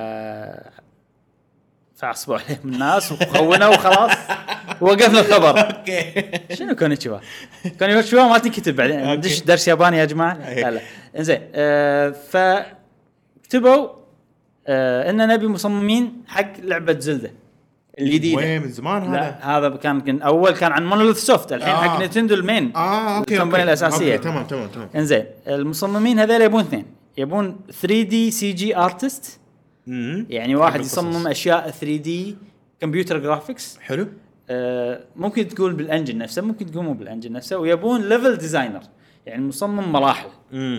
[SPEAKER 1] فعصبوا عليهم الناس وخونوا وخلاص وقفنا الخبر.
[SPEAKER 3] اوكي
[SPEAKER 1] شنو كونيتشيوا؟ كونيتشيوا ما تكتب بعدين ندش درس ياباني يا جماعه. لا انزين فكتبوا ان نبي مصممين حق لعبه زلدة الجديده.
[SPEAKER 3] وين من زمان هذا؟
[SPEAKER 1] لا هذا كان اول كان عن مونوليث سوفت، الحين حق نينتندو المين.
[SPEAKER 3] اوكي
[SPEAKER 1] الكمباني الاساسيه.
[SPEAKER 3] تمام.
[SPEAKER 1] انزين المصممين هذول يبون اثنين، يبون 3D CG ارتست، يعني واحد يصمم اشياء 3D كمبيوتر جرافيكس.
[SPEAKER 3] حلو.
[SPEAKER 1] ممكن تقول بالانجن نفسه، ممكن تقول مو بالانجن نفسه. ويبون ليفل ديزاينر، يعني مصمم مراحل.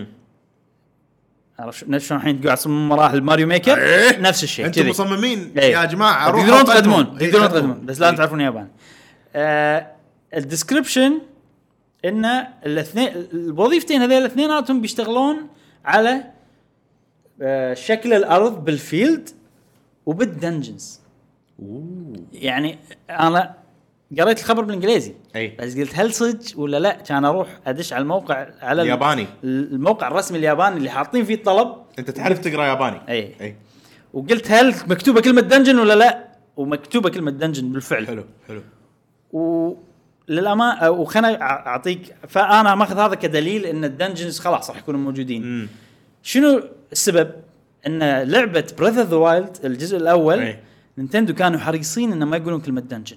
[SPEAKER 1] عرفت نفس شلون الحين تقول تصمم مراحل ماريو ميكر. نفس الشيء
[SPEAKER 3] انتم مصممين يا جماعه،
[SPEAKER 1] تقدرون تقدمون بس لازم تعرفون يابان. الديسكريبشن ان الاثنين الوظيفتين هذول الاثنيناتهم بيشتغلون على شكل الارض بالفيلد وبالدنجنز. يعني انا قريت الخبر بالانجليزي بس قلت هل صدق ولا لا؟ كان اروح ادش على الموقع، على
[SPEAKER 3] الياباني،
[SPEAKER 1] الموقع الرسمي الياباني اللي حاطين فيه الطلب.
[SPEAKER 3] انت تعرف تقرا ياباني؟
[SPEAKER 1] اي وقلت هل مكتوبه كلمه دنجن ولا لا؟ ومكتوبه كلمه دنجن بالفعل.
[SPEAKER 3] حلو.
[SPEAKER 1] وللامانه وخلنا اعطيك، فانا ماخذ هذا كدليل ان الدنجنز خلاص راح يكونوا موجودين. شنو السبب؟ ان لعبه بريث اوف ذا وايلد الجزء الاول نينتندو كانوا حريصين ان ما يقولون كلمه دنجن.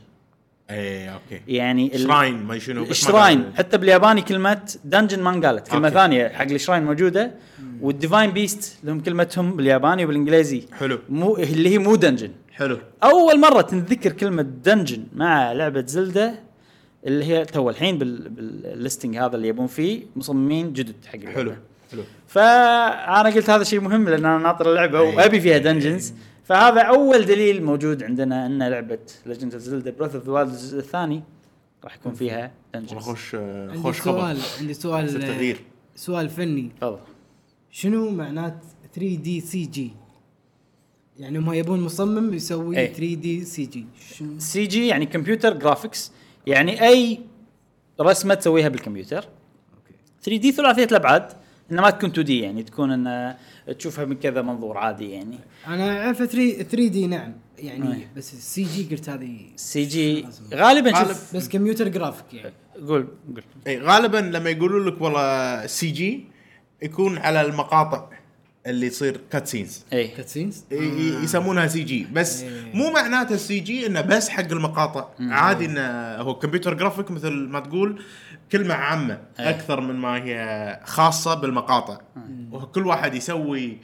[SPEAKER 3] اوكي.
[SPEAKER 1] يعني
[SPEAKER 3] شراين ما شنو
[SPEAKER 1] شراين، حتى بالياباني كلمه دنجن ما انقالت، كلمه ثانيه حق الشراين موجوده. والديفاين بيست لهم كلمتهم بالياباني وبالانجليزي. حلو. مو اللي هي مو دنجن.
[SPEAKER 3] حلو.
[SPEAKER 1] اول مره تنذكر كلمه دنجن مع لعبه زلدة اللي هي تو الحين بالليستنج هذا اللي يبون فيه مصممين جدد حق اللعبة. حلو. فانا قلت هذا شيء مهم لان انا ناطر اللعبه وابي فيها دنجنز. فهذا اول دليل موجود عندنا ان لعبه ليجند اوف زلدة بريث اوف ذا وايلد الجزء الثاني راح يكون فيها دنجنز.
[SPEAKER 3] خوش خبر.
[SPEAKER 2] عندي سؤال فني.
[SPEAKER 1] تفضل.
[SPEAKER 2] شنو معنات 3D CG؟ يعني هم يبون مصمم يسوي 3D CG.
[SPEAKER 1] CG يعني كمبيوتر جرافيكس، يعني اي رسمه تسويها بالكمبيوتر. 3D ثلاثيه الابعاد، انما ما تكون 2D، يعني تكون ان تشوفها من كذا منظور عادي. يعني
[SPEAKER 2] انا اعرف 3D نعم يعني بس السي جي قلت هذه
[SPEAKER 1] سي جي غالبا شوف
[SPEAKER 2] بس كمبيوتر جرافيك يعني.
[SPEAKER 1] قول
[SPEAKER 3] اي غالبا لما يقولوا لك والله سي جي يكون على المقاطع اللي تصير كاتسينز.
[SPEAKER 2] كاتسينز
[SPEAKER 3] يسمونها سي جي، بس مو معناته السي جي انه بس حق المقاطع. عادي انه هو كمبيوتر جرافيك مثل ما تقول كلمه عامه اكثر من ما هي خاصه بالمقاطع. وكل واحد يسوي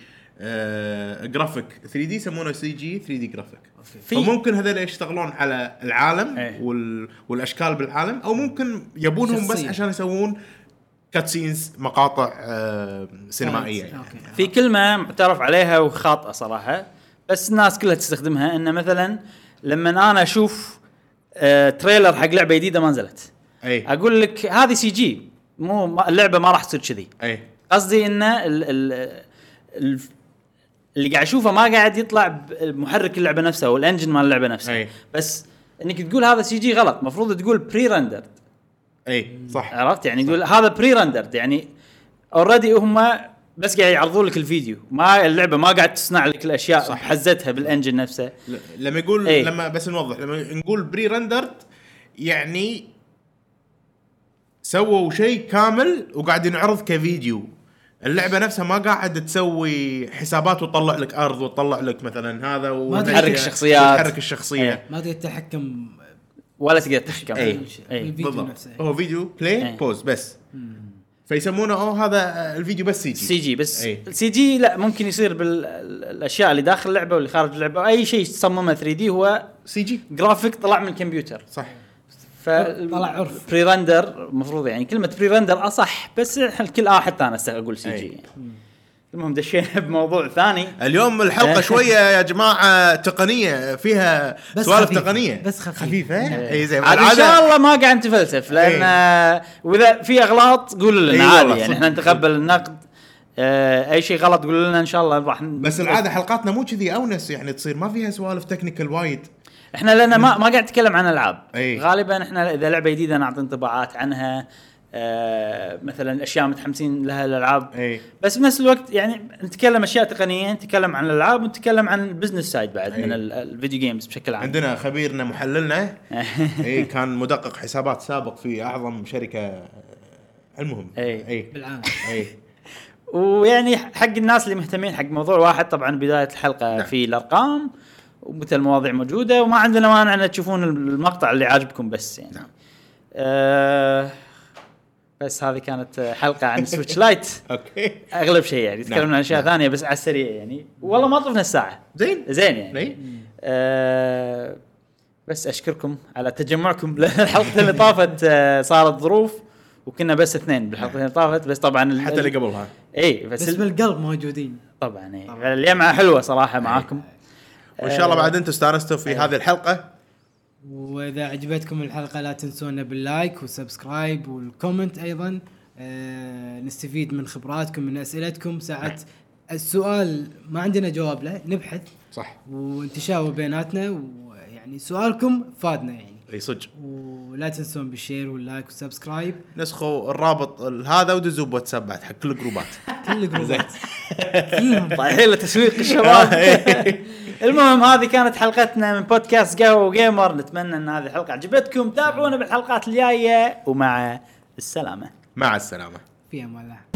[SPEAKER 3] جرافيك 3D يسمونه سي جي 3D جرافيك. فممكن هذول يشتغلون على العالم والاشكال بالعالم، او ممكن يبونهم بس عشان يسوون كاتسينز مقاطع سينمائيه يعني.
[SPEAKER 1] في كلمه معترف عليها وخاطئه صراحه بس الناس كلها تستخدمها، ان مثلا لما انا اشوف تريلر حق لعبه جديده ما نزلت اقول لك هذه سي جي، مو اللعبه ما راح تصير كذي. قصدي ان اللي قاعد اشوفه ما قاعد يطلع محرك اللعبه نفسها والانجن مال اللعبه نفسها. بس انك تقول هذا سي جي غلط، مفروض تقول بري رندرد.
[SPEAKER 3] صح،
[SPEAKER 1] عرفت يعني تقول هذا بري رندرد، يعني اوريدي هم بس قاعد يعرضون لك الفيديو، ما اللعبه ما قاعد تصنع لك الاشياء حزتها بالانجن نفسه.
[SPEAKER 3] لما يقول لما بس نوضح، لما نقول بري رندرد يعني سووا شيء كامل وقاعد ينعرض كفيديو. اللعبه نفسها ما قاعد تسوي حسابات وتطلع لك ارض وتطلع لك مثلا هذا
[SPEAKER 1] وتحرك الشخصيات،
[SPEAKER 3] تحرك الشخصيه
[SPEAKER 2] ما تقدر تتحكم
[SPEAKER 1] ولا تقدر تحكم.
[SPEAKER 2] الفيديو نفسه
[SPEAKER 3] هو فيديو بلاي بوز بس. فيسمونه هذا الفيديو بس سي جي
[SPEAKER 1] بس. السي جي لا ممكن يصير بالاشياء اللي داخل اللعبه واللي خارج اللعبه، اي شيء تصممه 3D هو
[SPEAKER 3] سي جي
[SPEAKER 1] جرافيك طلع من الكمبيوتر.
[SPEAKER 3] صح،
[SPEAKER 2] طلع عرف
[SPEAKER 1] بري رندر المفروض، يعني كلمه بري رندر اصح، بس الكل حتى انا اقول سي جي. المهم دشينا بموضوع ثاني
[SPEAKER 3] اليوم. الحلقه شويه يا جماعه تقنيه، فيها سوالف تقنيه
[SPEAKER 2] بس
[SPEAKER 3] خفيفه. اي زي
[SPEAKER 1] ما ان شاء الله ما قاعد نتفلسف، لان واذا في اغلاط قولوا لنا عادي، يعني احنا نتقبل النقد. اي شيء غلط قولوا لنا ان شاء الله راح
[SPEAKER 3] بس العاده حلقاتنا مو كذي اونس، يعني تصير ما فيها سوالف تكنيكال وايد.
[SPEAKER 1] احنا لنا ما قاعد نتكلم عن العاب. غالبا احنا اذا لعبه جديده نعطي انطباعات عنها، مثلا اشياء متحمسين لها الالعاب. بس بنفس الوقت يعني نتكلم اشياء تقنيه، نتكلم عن الالعاب ونتكلم عن البزنس سايد بعد من الفيديو جيمز بشكل عام.
[SPEAKER 3] عندنا خبيرنا محللنا كان مدقق حسابات سابق في اعظم شركه. المهم
[SPEAKER 2] بالعالم.
[SPEAKER 1] ويعني حق الناس اللي مهتمين حق موضوع واحد، طبعا بدايه الحلقه
[SPEAKER 3] نعم.
[SPEAKER 1] في الارقام ومثل المواضيع موجوده، وما عندنا مانع ان تشوفون المقطع اللي عاجبكم بس يعني.
[SPEAKER 3] نعم.
[SPEAKER 1] بس هذه كانت حلقه عن سويتش لايت.
[SPEAKER 3] اوكي
[SPEAKER 1] اغلب شيء يعني تكلمنا
[SPEAKER 3] نعم.
[SPEAKER 1] عن اشياء ثانيه بس على السريع يعني، والله ما طفنا الساعه زين يعني. بس اشكركم على تجمعكم للحلقه اللي طافت. صارت ظروف وكنا بس اثنين بالحلقه اللي طافت، بس طبعا
[SPEAKER 3] حتى اللي قبلها
[SPEAKER 1] اي
[SPEAKER 2] بس بالقلب موجودين
[SPEAKER 1] طبعا. اي الجامعه حلوه صراحه معاكم،
[SPEAKER 3] وان شاء الله بعد انتم استانستوا في هذه الحلقه.
[SPEAKER 2] واذا عجبتكم الحلقه لا تنسونا باللايك والسبسكرايب والكومنت ايضا. نستفيد من خبراتكم من اسئلتكم ساعات. السؤال ما عندنا جواب له نبحث
[SPEAKER 3] صح
[SPEAKER 2] ونتشاور بيناتنا، ويعني سؤالكم فادنا يعني.
[SPEAKER 3] اي صدق.
[SPEAKER 2] ولا تنسون بالشير واللايك والسبسكرايب.
[SPEAKER 3] نسخوا الرابط هذا ودزوا بواتساب بعد حق كل الجروبات.
[SPEAKER 2] كل جروبات
[SPEAKER 1] طايحين لتسويق الشباب. المهم هذه كانت حلقتنا من بودكاست قهوة جيمر. نتمنى ان هذه الحلقه عجبتكم. تابعونا بالحلقات الجايه ومع السلامه.
[SPEAKER 3] مع السلامه.
[SPEAKER 2] في امان الله.